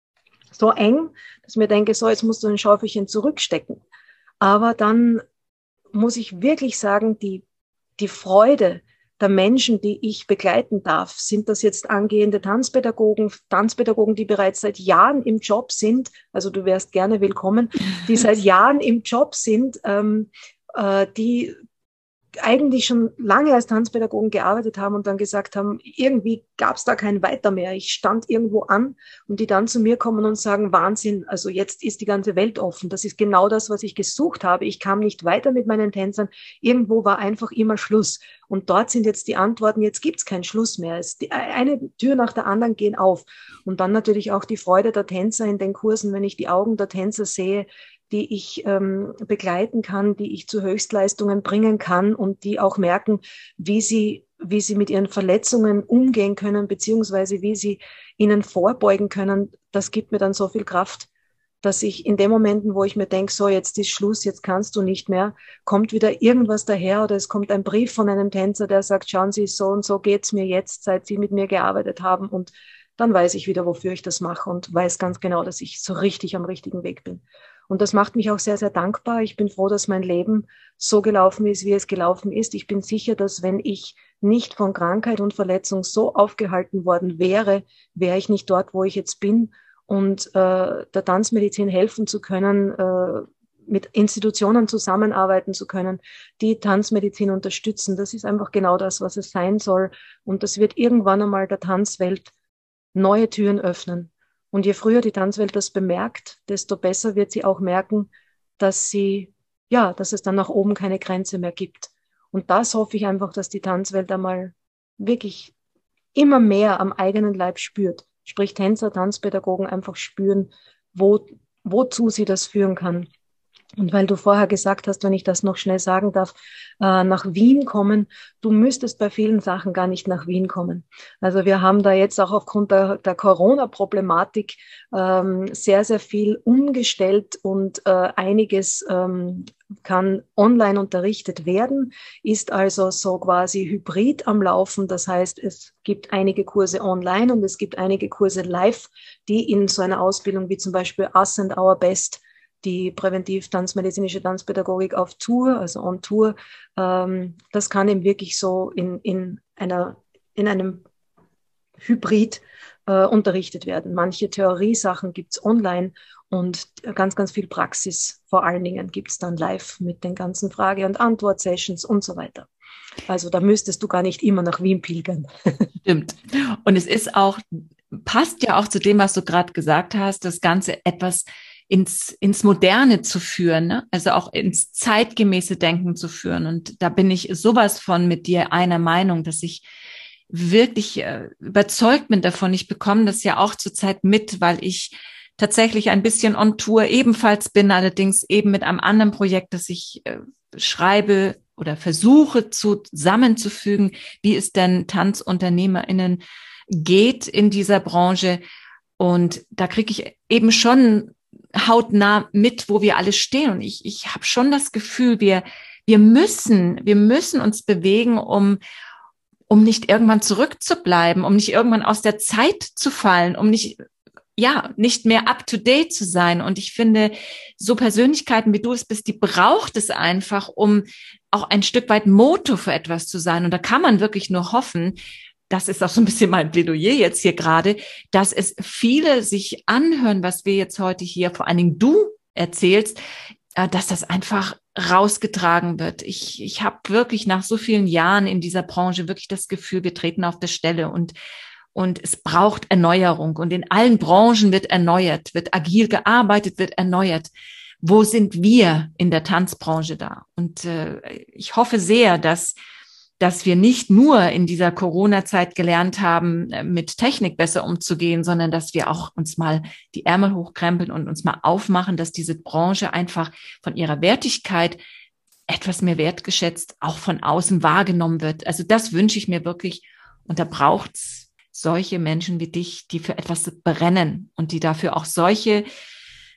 so eng, dass ich mir denke, so, jetzt musst du ein Schaufelchen zurückstecken. Aber dann muss ich wirklich sagen, die, die Freude der Menschen, die ich begleiten darf, sind das jetzt angehende Tanzpädagogen, Tanzpädagogen, die bereits seit Jahren im Job sind, also du wärst gerne willkommen, die seit Jahren im Job sind, ähm, äh, die eigentlich schon lange als Tanzpädagogen gearbeitet haben und dann gesagt haben, irgendwie gab es da kein Weiter mehr. Ich stand irgendwo an und die dann zu mir kommen und sagen, Wahnsinn, also jetzt ist die ganze Welt offen. Das ist genau das, was ich gesucht habe. Ich kam nicht weiter mit meinen Tänzern. Irgendwo war einfach immer Schluss. Und dort sind jetzt die Antworten, jetzt gibt es keinen Schluss mehr. Es, die, eine Tür nach der anderen gehen auf. Und dann natürlich auch die Freude der Tänzer in den Kursen, wenn ich die Augen der Tänzer sehe, die ich ähm, begleiten kann, die ich zu Höchstleistungen bringen kann und die auch merken, wie sie, wie sie mit ihren Verletzungen umgehen können, beziehungsweise wie sie ihnen vorbeugen können. Das gibt mir dann so viel Kraft, dass ich in den Momenten, wo ich mir denke, so jetzt ist Schluss, jetzt kannst du nicht mehr, kommt wieder irgendwas daher oder es kommt ein Brief von einem Tänzer, der sagt, schauen Sie, so und so geht's mir jetzt, seit Sie mit mir gearbeitet haben, und dann weiß ich wieder, wofür ich das mache und weiß ganz genau, dass ich so richtig am richtigen Weg bin. Und das macht mich auch sehr, sehr dankbar. Ich bin froh, dass mein Leben so gelaufen ist, wie es gelaufen ist. Ich bin sicher, dass wenn ich nicht von Krankheit und Verletzung so aufgehalten worden wäre, wäre ich nicht dort, wo ich jetzt bin. Und äh, der Tanzmedizin helfen zu können, äh, mit Institutionen zusammenarbeiten zu können, die Tanzmedizin unterstützen. Das ist einfach genau das, was es sein soll. Und das wird irgendwann einmal der Tanzwelt neue Türen öffnen. Und je früher die Tanzwelt das bemerkt, desto besser wird sie auch merken, dass sie, ja, dass es dann nach oben keine Grenze mehr gibt. Und das hoffe ich einfach, dass die Tanzwelt einmal wirklich immer mehr am eigenen Leib spürt. Sprich, Tänzer, Tanzpädagogen einfach spüren, wo, wozu sie das führen kann. Und weil du vorher gesagt hast, wenn ich das noch schnell sagen darf, äh, nach Wien kommen, du müsstest bei vielen Sachen gar nicht nach Wien kommen. Also wir haben da jetzt auch aufgrund der, der Corona-Problematik ähm, sehr, sehr viel umgestellt und äh, einiges ähm, kann online unterrichtet werden, ist also so quasi hybrid am Laufen. Das heißt, es gibt einige Kurse online und es gibt einige Kurse live, die in so einer Ausbildung wie zum Beispiel Us and Our Best, die präventiv-tanzmedizinische Tanzpädagogik auf Tour, also on Tour, ähm, das kann eben wirklich so in, in, einer, in einem Hybrid äh, unterrichtet werden. Manche Theoriesachen gibt es online und ganz, ganz viel Praxis vor allen Dingen gibt es dann live mit den ganzen Frage- und Antwort-Sessions und so weiter. Also da müsstest du gar nicht immer nach Wien pilgern. Stimmt. Und es ist auch, passt ja auch zu dem, was du gerade gesagt hast, das Ganze etwas ins, ins Moderne zu führen, ne? Also auch ins zeitgemäße Denken zu führen. Und da bin ich sowas von mit dir einer Meinung, dass ich wirklich äh, überzeugt bin davon. Ich bekomme das ja auch zurzeit mit, weil ich tatsächlich ein bisschen on Tour ebenfalls bin, allerdings eben mit einem anderen Projekt, das ich äh, schreibe oder versuche zusammenzufügen, wie es denn TanzunternehmerInnen geht in dieser Branche. Und da kriege ich eben schon hautnah mit, wo wir alle stehen. Und ich, ich habe schon das Gefühl, wir, wir müssen, wir müssen uns bewegen, um, um nicht irgendwann zurückzubleiben, um nicht irgendwann aus der Zeit zu fallen, um nicht, ja, nicht mehr up to date zu sein. Und ich finde, so Persönlichkeiten wie du es bist, die braucht es einfach, um auch ein Stück weit Motor für etwas zu sein. Und da kann man wirklich nur hoffen, das ist auch so ein bisschen mein Plädoyer jetzt hier gerade, dass es viele sich anhören, was wir jetzt heute hier, vor allen Dingen du erzählst, dass das einfach rausgetragen wird. Ich, ich habe wirklich nach so vielen Jahren in dieser Branche wirklich das Gefühl, wir treten auf der Stelle und, und es braucht Erneuerung. Und in allen Branchen wird erneuert, wird agil gearbeitet, wird erneuert. Wo sind wir in der Tanzbranche da? Und äh, ich hoffe sehr, dass dass wir nicht nur in dieser Corona-Zeit gelernt haben, mit Technik besser umzugehen, sondern dass wir auch uns mal die Ärmel hochkrempeln und uns mal aufmachen, dass diese Branche einfach von ihrer Wertigkeit etwas mehr wertgeschätzt, auch von außen wahrgenommen wird. Also das wünsche ich mir wirklich. Und da braucht es solche Menschen wie dich, die für etwas brennen und die dafür auch solche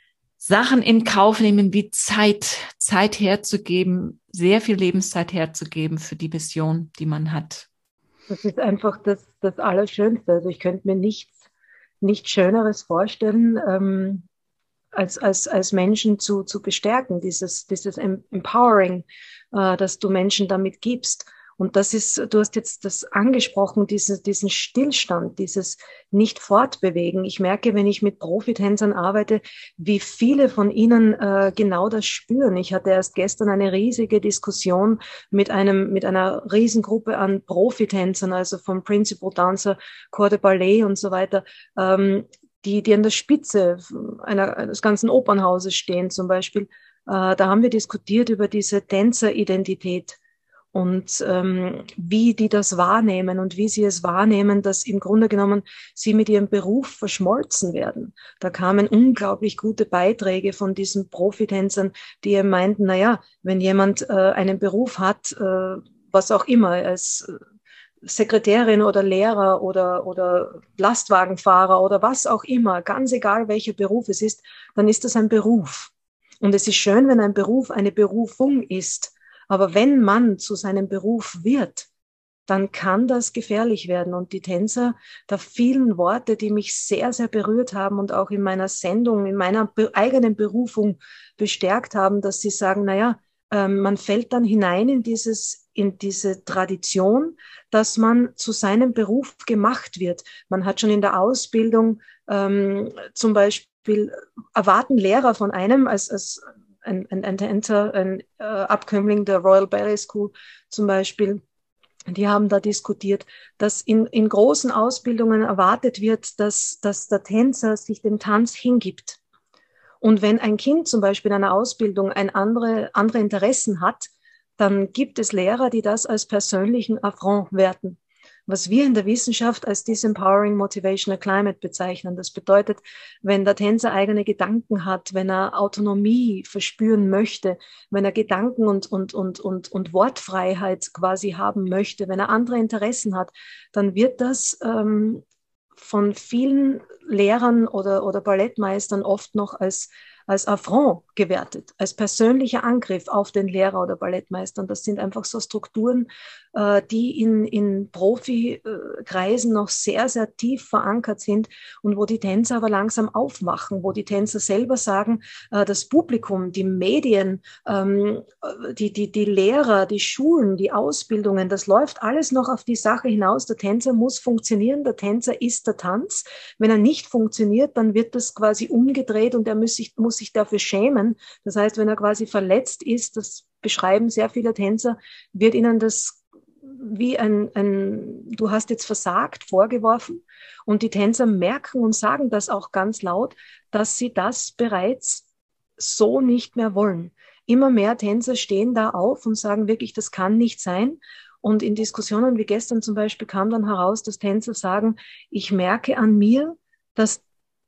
Sachen in Kauf nehmen, wie Zeit, Zeit herzugeben, sehr viel Lebenszeit herzugeben für die Mission, die man hat. Das ist einfach das, das Allerschönste. Also ich könnte mir nichts, nichts Schöneres vorstellen, ähm, als, als, als Menschen zu, zu bestärken, dieses, dieses Empowering, äh, das du Menschen damit gibst. Und das ist, du hast jetzt das angesprochen, diese, diesen Stillstand, dieses Nicht-Fortbewegen. Ich merke, wenn ich mit Profitänzern arbeite, wie viele von ihnen äh, genau das spüren. Ich hatte erst gestern eine riesige Diskussion mit einem, mit einer Riesengruppe an Profitänzern, also vom Principal Dancer, Corps de Ballet und so weiter, ähm, die, die an der Spitze einer, eines ganzen Opernhauses stehen zum Beispiel. Äh, da haben wir diskutiert über diese Tänzeridentität und ähm, wie die das wahrnehmen und wie sie es wahrnehmen, dass im Grunde genommen sie mit ihrem Beruf verschmolzen werden. Da kamen unglaublich gute Beiträge von diesen Profitänzern, die eben meinten, naja, wenn jemand äh, einen Beruf hat, äh, was auch immer, als Sekretärin oder Lehrer oder, oder Lastwagenfahrer oder was auch immer, ganz egal welcher Beruf es ist, dann ist das ein Beruf. Und es ist schön, wenn ein Beruf eine Berufung ist. Aber wenn man zu seinem Beruf wird, dann kann das gefährlich werden. Und die Tänzer, da vielen Worte, die mich sehr, sehr berührt haben und auch in meiner Sendung, in meiner eigenen Berufung bestärkt haben, dass sie sagen, naja, ähm, man fällt dann hinein in dieses, in diese Tradition, dass man zu seinem Beruf gemacht wird. Man hat schon in der Ausbildung ähm, zum Beispiel erwarten Lehrer von einem als, als ein, ein, ein Tänzer, ein äh, Abkömmling der Royal Ballet School zum Beispiel, die haben da diskutiert, dass in, in großen Ausbildungen erwartet wird, dass, dass der Tänzer sich dem Tanz hingibt. Und wenn ein Kind zum Beispiel in einer Ausbildung ein andere, andere Interessen hat, dann gibt es Lehrer, die das als persönlichen Affront werten. Was wir in der Wissenschaft als Disempowering Motivational Climate bezeichnen. Das bedeutet, wenn der Tänzer eigene Gedanken hat, wenn er Autonomie verspüren möchte, wenn er Gedanken und, und, und, und, und Wortfreiheit quasi haben möchte, wenn er andere Interessen hat, dann wird das ähm, von vielen Lehrern oder, oder Ballettmeistern oft noch als als Affront gewertet, als persönlicher Angriff auf den Lehrer oder Ballettmeister. Und das sind einfach so Strukturen, äh, die in, in Profikreisen noch sehr, sehr tief verankert sind und wo die Tänzer aber langsam aufwachen, wo die Tänzer selber sagen, äh, das Publikum, die Medien, ähm, die, die, die Lehrer, die Schulen, die Ausbildungen, das läuft alles noch auf die Sache hinaus. Der Tänzer muss funktionieren, der Tänzer ist der Tanz. Wenn er nicht funktioniert, dann wird das quasi umgedreht und er muss sich, muss sich dafür schämen. Das heißt, wenn er quasi verletzt ist, das beschreiben sehr viele Tänzer, wird ihnen das wie ein, ein, du hast jetzt versagt, vorgeworfen. Und die Tänzer merken und sagen das auch ganz laut, dass sie das bereits so nicht mehr wollen. Immer mehr Tänzer stehen da auf und sagen wirklich, das kann nicht sein. Und in Diskussionen wie gestern zum Beispiel kam dann heraus, dass Tänzer sagen, ich merke an mir, dass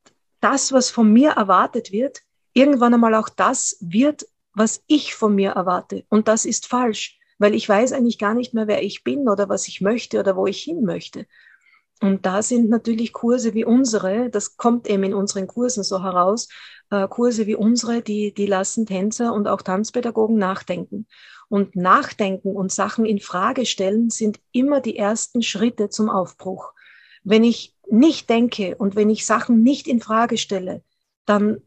das, was von mir erwartet wird, irgendwann einmal auch das wird, was ich von mir erwarte. Und das ist falsch, weil ich weiß eigentlich gar nicht mehr, wer ich bin oder was ich möchte oder wo ich hin möchte. Und da sind natürlich Kurse wie unsere, das kommt eben in unseren Kursen so heraus, äh, Kurse wie unsere, die, die lassen Tänzer und auch Tanzpädagogen nachdenken. Und nachdenken und Sachen in Frage stellen sind immer die ersten Schritte zum Aufbruch. Wenn ich nicht denke und wenn ich Sachen nicht in Frage stelle, dann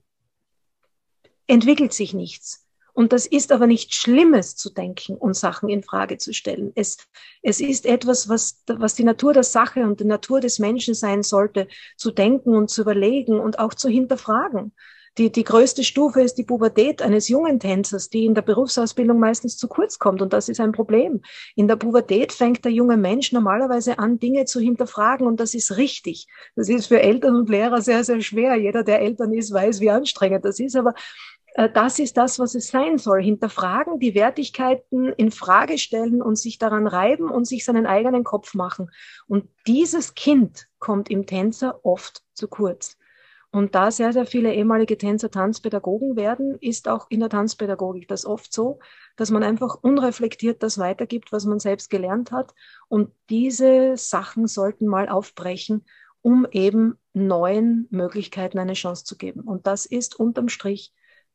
entwickelt sich nichts. Und das ist aber nichts Schlimmes zu denken und Sachen in Frage zu stellen. Es, es ist etwas, was, was die Natur der Sache und die Natur des Menschen sein sollte, zu denken und zu überlegen und auch zu hinterfragen. Die, die größte Stufe ist die Pubertät eines jungen Tänzers, die in der Berufsausbildung meistens zu kurz kommt. Und das ist ein Problem. In der Pubertät fängt der junge Mensch normalerweise an, Dinge zu hinterfragen. Und das ist richtig. Das ist für Eltern und Lehrer sehr, sehr schwer. Jeder, der Eltern ist, weiß, wie anstrengend das ist. Aber äh, das ist das, was es sein soll. Hinterfragen, die Wertigkeiten in Frage stellen und sich daran reiben und sich seinen eigenen Kopf machen. Und dieses Kind kommt im Tänzer oft zu kurz. Und da sehr, sehr viele ehemalige Tänzer Tanzpädagogen werden, ist auch in der Tanzpädagogik das oft so, dass man einfach unreflektiert das weitergibt, was man selbst gelernt hat. Und diese Sachen sollten mal aufbrechen, um eben neuen Möglichkeiten eine Chance zu geben. Und das ist unterm Strich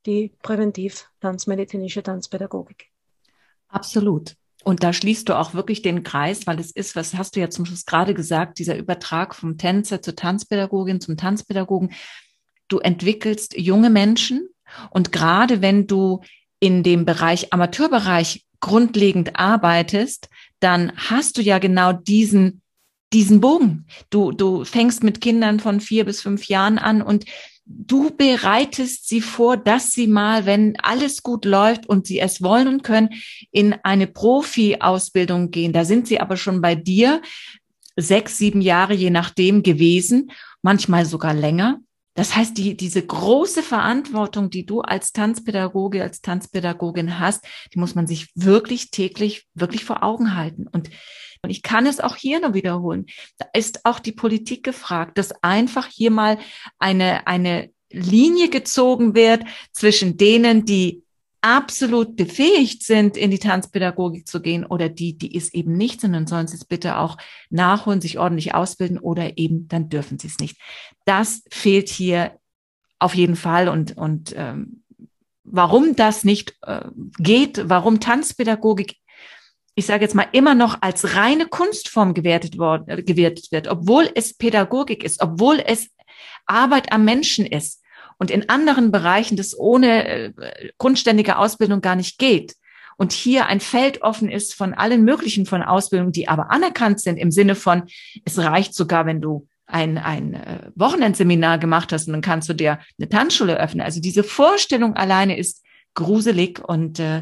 die präventiv-tanzmedizinische Tanzpädagogik. Absolut. Und da schließt du auch wirklich den Kreis, weil es ist, was hast du ja zum Schluss gerade gesagt, dieser Übertrag vom Tänzer zur Tanzpädagogin, zum Tanzpädagogen. Du entwickelst junge Menschen und gerade wenn du in dem Bereich, Amateurbereich grundlegend arbeitest, dann hast du ja genau diesen, diesen Bogen. Du, du fängst mit Kindern von vier bis fünf Jahren an und du bereitest sie vor, dass sie mal, wenn alles gut läuft und sie es wollen und können, in eine Profi-Ausbildung gehen. Da sind sie aber schon bei dir sechs, sieben Jahre, je nachdem, gewesen, manchmal sogar länger. Das heißt, die, diese große Verantwortung, die du als Tanzpädagoge, als Tanzpädagogin hast, die muss man sich wirklich täglich, wirklich vor Augen halten. Und Und ich kann es auch hier nur wiederholen. Da ist auch die Politik gefragt, dass einfach hier mal eine, eine Linie gezogen wird zwischen denen, die absolut befähigt sind, in die Tanzpädagogik zu gehen oder die, die es eben nicht sind. Und sollen sie es bitte auch nachholen, sich ordentlich ausbilden oder eben, dann dürfen sie es nicht. Das fehlt hier auf jeden Fall. Und, und ähm, warum das nicht äh, geht, warum Tanzpädagogik, ich sage jetzt mal, immer noch als reine Kunstform gewertet worden, äh, gewertet wird, obwohl es Pädagogik ist, obwohl es Arbeit am Menschen ist und in anderen Bereichen das ohne äh, grundständige Ausbildung gar nicht geht. Und hier ein Feld offen ist von allen möglichen von Ausbildungen, die aber anerkannt sind im Sinne von, es reicht sogar, wenn du ein, ein äh, Wochenendseminar gemacht hast und dann kannst du dir eine Tanzschule öffnen. Also diese Vorstellung alleine ist gruselig und äh,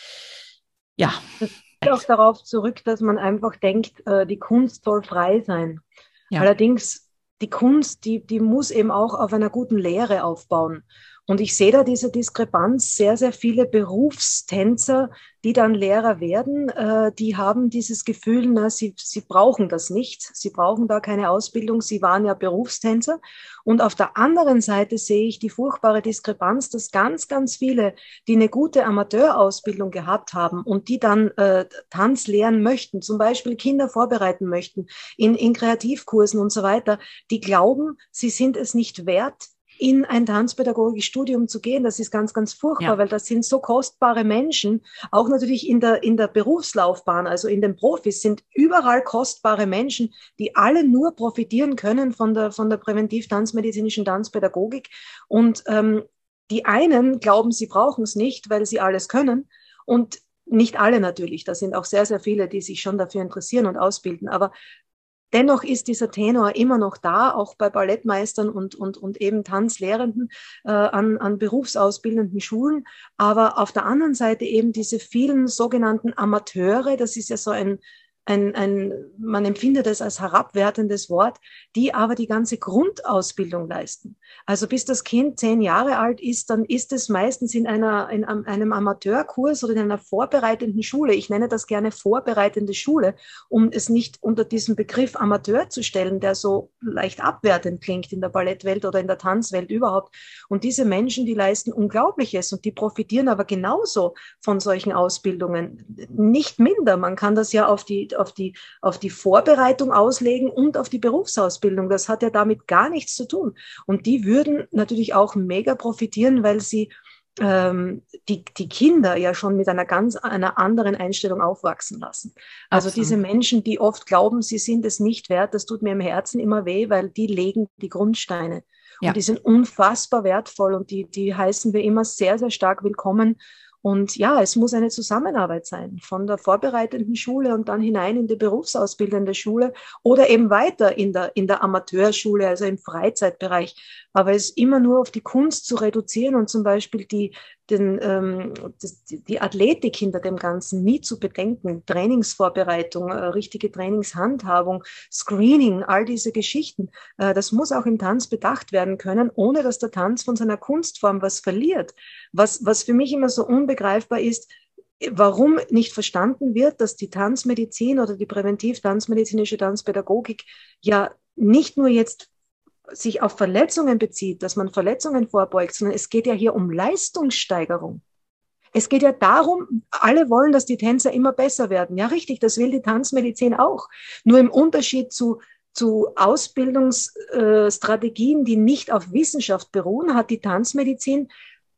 ja. Auch darauf zurück, dass man einfach denkt, äh, die Kunst soll frei sein. Ja. Allerdings, die Kunst, die, die muss eben auch auf einer guten Lehre aufbauen. Und ich sehe da diese Diskrepanz, sehr, sehr viele Berufstänzer, die dann Lehrer werden, äh, die haben dieses Gefühl, na, sie, sie brauchen das nicht, sie brauchen da keine Ausbildung, sie waren ja Berufstänzer. Und auf der anderen Seite sehe ich die furchtbare Diskrepanz, dass ganz, ganz viele, die eine gute Amateurausbildung gehabt haben und die dann äh, Tanz lehren möchten, zum Beispiel Kinder vorbereiten möchten in, in Kreativkursen und so weiter, die glauben, sie sind es nicht wert, in ein tanzpädagogisches Studium zu gehen. Das ist ganz, ganz furchtbar, ja. Weil das sind so kostbare Menschen, auch natürlich in der, in der Berufslaufbahn, also in den Profis sind überall kostbare Menschen, die alle nur profitieren können von der, von der präventiv-tanzmedizinischen Tanzpädagogik. Und ähm, die einen glauben, sie brauchen es nicht, weil sie alles können. Und nicht alle natürlich. Da sind auch sehr, sehr viele, die sich schon dafür interessieren und ausbilden. Aber dennoch ist dieser Tenor immer noch da, auch bei Ballettmeistern und, und, und eben Tanzlehrenden äh, an, an berufsausbildenden Schulen. Aber auf der anderen Seite eben diese vielen sogenannten Amateure, das ist ja so ein, ein, ein, man empfindet es als herabwertendes Wort, die aber die ganze Grundausbildung leisten. Also bis das Kind zehn Jahre alt ist, dann ist es meistens in, einer, in einem Amateurkurs oder in einer vorbereitenden Schule. Ich nenne das gerne vorbereitende Schule, um es nicht unter diesen Begriff Amateur zu stellen, der so leicht abwertend klingt in der Ballettwelt oder in der Tanzwelt überhaupt. Und diese Menschen, die leisten Unglaubliches und die profitieren aber genauso von solchen Ausbildungen. Nicht minder. Man kann das ja auf die auf die, auf die Vorbereitung auslegen und auf die Berufsausbildung. Das hat ja damit gar nichts zu tun. Und die würden natürlich auch mega profitieren, weil sie ähm, die, die Kinder ja schon mit einer ganz einer anderen Einstellung aufwachsen lassen. Also Absolut. Diese Menschen, die oft glauben, sie sind es nicht wert, das tut mir im Herzen immer weh, weil die legen die Grundsteine. Ja. Und die sind unfassbar wertvoll und die, die heißen wir immer sehr, sehr stark willkommen. Und ja, es muss eine Zusammenarbeit sein von der vorbereitenden Schule und dann hinein in die berufsausbildende Schule oder eben weiter in der, in der Amateurschule, also im Freizeitbereich. Aber es immer nur auf die Kunst zu reduzieren und zum Beispiel die, den, ähm, das, die Athletik hinter dem Ganzen nie zu bedenken, Trainingsvorbereitung, äh, richtige Trainingshandhabung, Screening, all diese Geschichten, äh, das muss auch im Tanz bedacht werden können, ohne dass der Tanz von seiner Kunstform was verliert. Was, was für mich immer so unbegreifbar ist, warum nicht verstanden wird, dass die Tanzmedizin oder die präventiv-tanzmedizinische Tanzpädagogik ja nicht nur jetzt sich auf Verletzungen bezieht, dass man Verletzungen vorbeugt, sondern es geht ja hier um Leistungssteigerung. Es geht ja darum, alle wollen, dass die Tänzer immer besser werden. Ja, richtig, das will die Tanzmedizin auch. Nur im Unterschied zu, zu Ausbildungsstrategien, die nicht auf Wissenschaft beruhen, hat die Tanzmedizin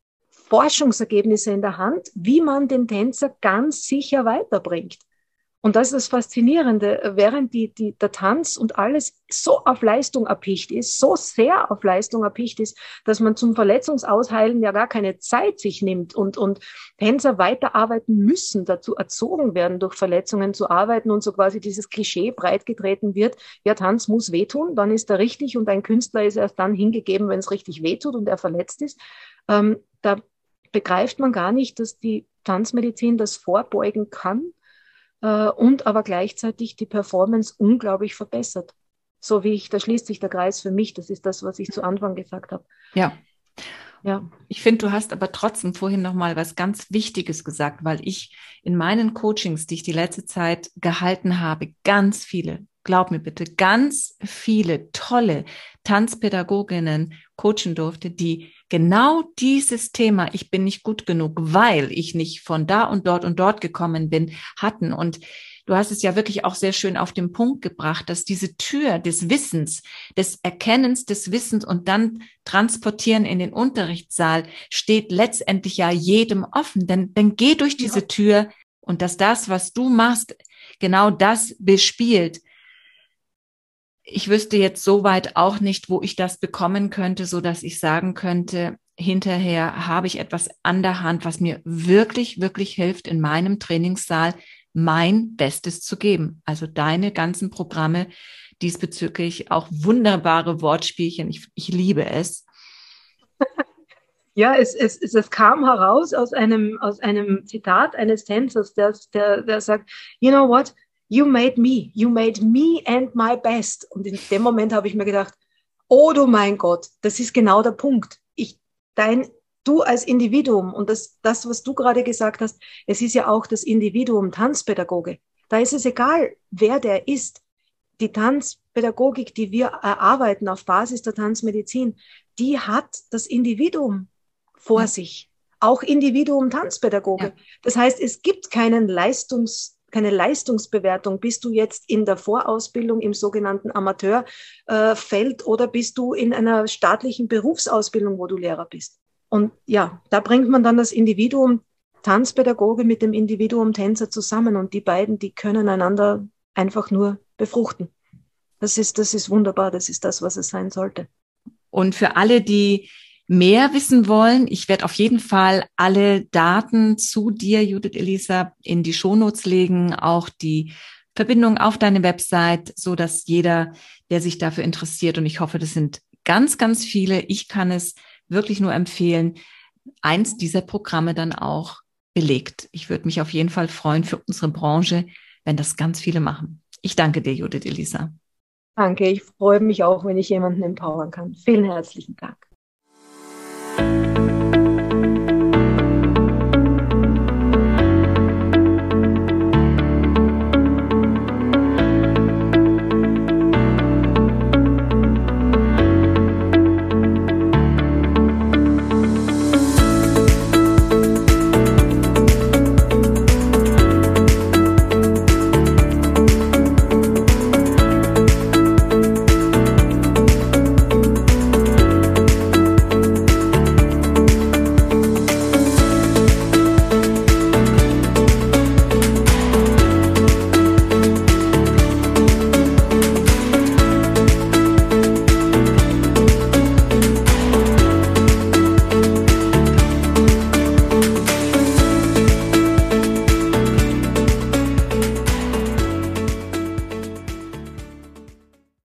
Forschungsergebnisse in der Hand, wie man den Tänzer ganz sicher weiterbringt. Und das ist das Faszinierende, während die, die, der Tanz und alles so auf Leistung erpicht ist, so sehr auf Leistung erpicht ist, dass man zum Verletzungsheilen ja gar keine Zeit sich nimmt und, und Tänzer weiterarbeiten müssen, dazu erzogen werden, durch Verletzungen zu arbeiten und so quasi dieses Klischee breitgetreten wird, ja, Tanz muss wehtun, dann ist er richtig und ein Künstler ist erst dann hingegeben, wenn es richtig wehtut und er verletzt ist. Ähm, da begreift man gar nicht, dass die Tanzmedizin das vorbeugen kann, und aber gleichzeitig die Performance unglaublich verbessert. So wie ich, da schließt sich der Kreis für mich. Das ist das, was ich zu Anfang gesagt habe. Ja. Ja. Ich finde, du hast aber trotzdem vorhin noch mal was ganz Wichtiges gesagt, weil ich in meinen Coachings, die ich die letzte Zeit gehalten habe, ganz viele, glaub mir bitte, ganz viele tolle Tanzpädagoginnen coachen durfte, die genau dieses Thema, ich bin nicht gut genug, weil ich nicht von da und dort und dort gekommen bin, hatten. Und du hast es ja wirklich auch sehr schön auf den Punkt gebracht, dass diese Tür des Wissens, des Erkennens des Wissens und dann transportieren in den Unterrichtssaal steht letztendlich ja jedem offen. Denn dann geh durch diese ja. Tür und dass das, was du machst, genau das bespielt. Ich wüsste jetzt soweit auch nicht, wo ich das bekommen könnte, so dass ich sagen könnte, hinterher habe ich etwas an der Hand, was mir wirklich, wirklich hilft, in meinem Trainingssaal mein Bestes zu geben. Also deine ganzen Programme diesbezüglich, auch wunderbare Wortspielchen. Ich, ich liebe es. Ja, es, es, es, es kam heraus aus einem, aus einem Zitat eines Tänzers, der, der, der sagt, you know what? You made me, you made me and my best. Und in dem Moment habe ich mir gedacht, oh du mein Gott, das ist genau der Punkt. Ich, dein, du als Individuum und das, das, was du gerade gesagt hast, es ist ja auch das Individuum Tanzpädagoge. Da ist es egal, wer der ist. Die Tanzpädagogik, die wir erarbeiten auf Basis der Tanzmedizin, die hat das Individuum vor ja. sich. Auch Individuum Tanzpädagoge. Ja. Das heißt, es gibt keinen Leistungs keine Leistungsbewertung. Bist du jetzt in der Vorausbildung im sogenannten Amateurfeld äh, oder bist du in einer staatlichen Berufsausbildung, wo du Lehrer bist? Und ja, da bringt man dann das Individuum Tanzpädagoge mit dem Individuum Tänzer zusammen und die beiden, die können einander einfach nur befruchten. Das ist, das ist wunderbar, das ist das, was es sein sollte. Und für alle, die mehr wissen wollen, ich werde auf jeden Fall alle Daten zu dir, Judith Elisa, in die Shownotes legen, auch die Verbindung auf deine Website, so dass jeder, der sich dafür interessiert, und ich hoffe, das sind ganz, ganz viele, ich kann es wirklich nur empfehlen, eins dieser Programme dann auch belegt. Ich würde mich auf jeden Fall freuen für unsere Branche, wenn das ganz viele machen. Ich danke dir, Judith Elisa. Danke, ich freue mich auch, wenn ich jemanden empowern kann. Vielen herzlichen Dank.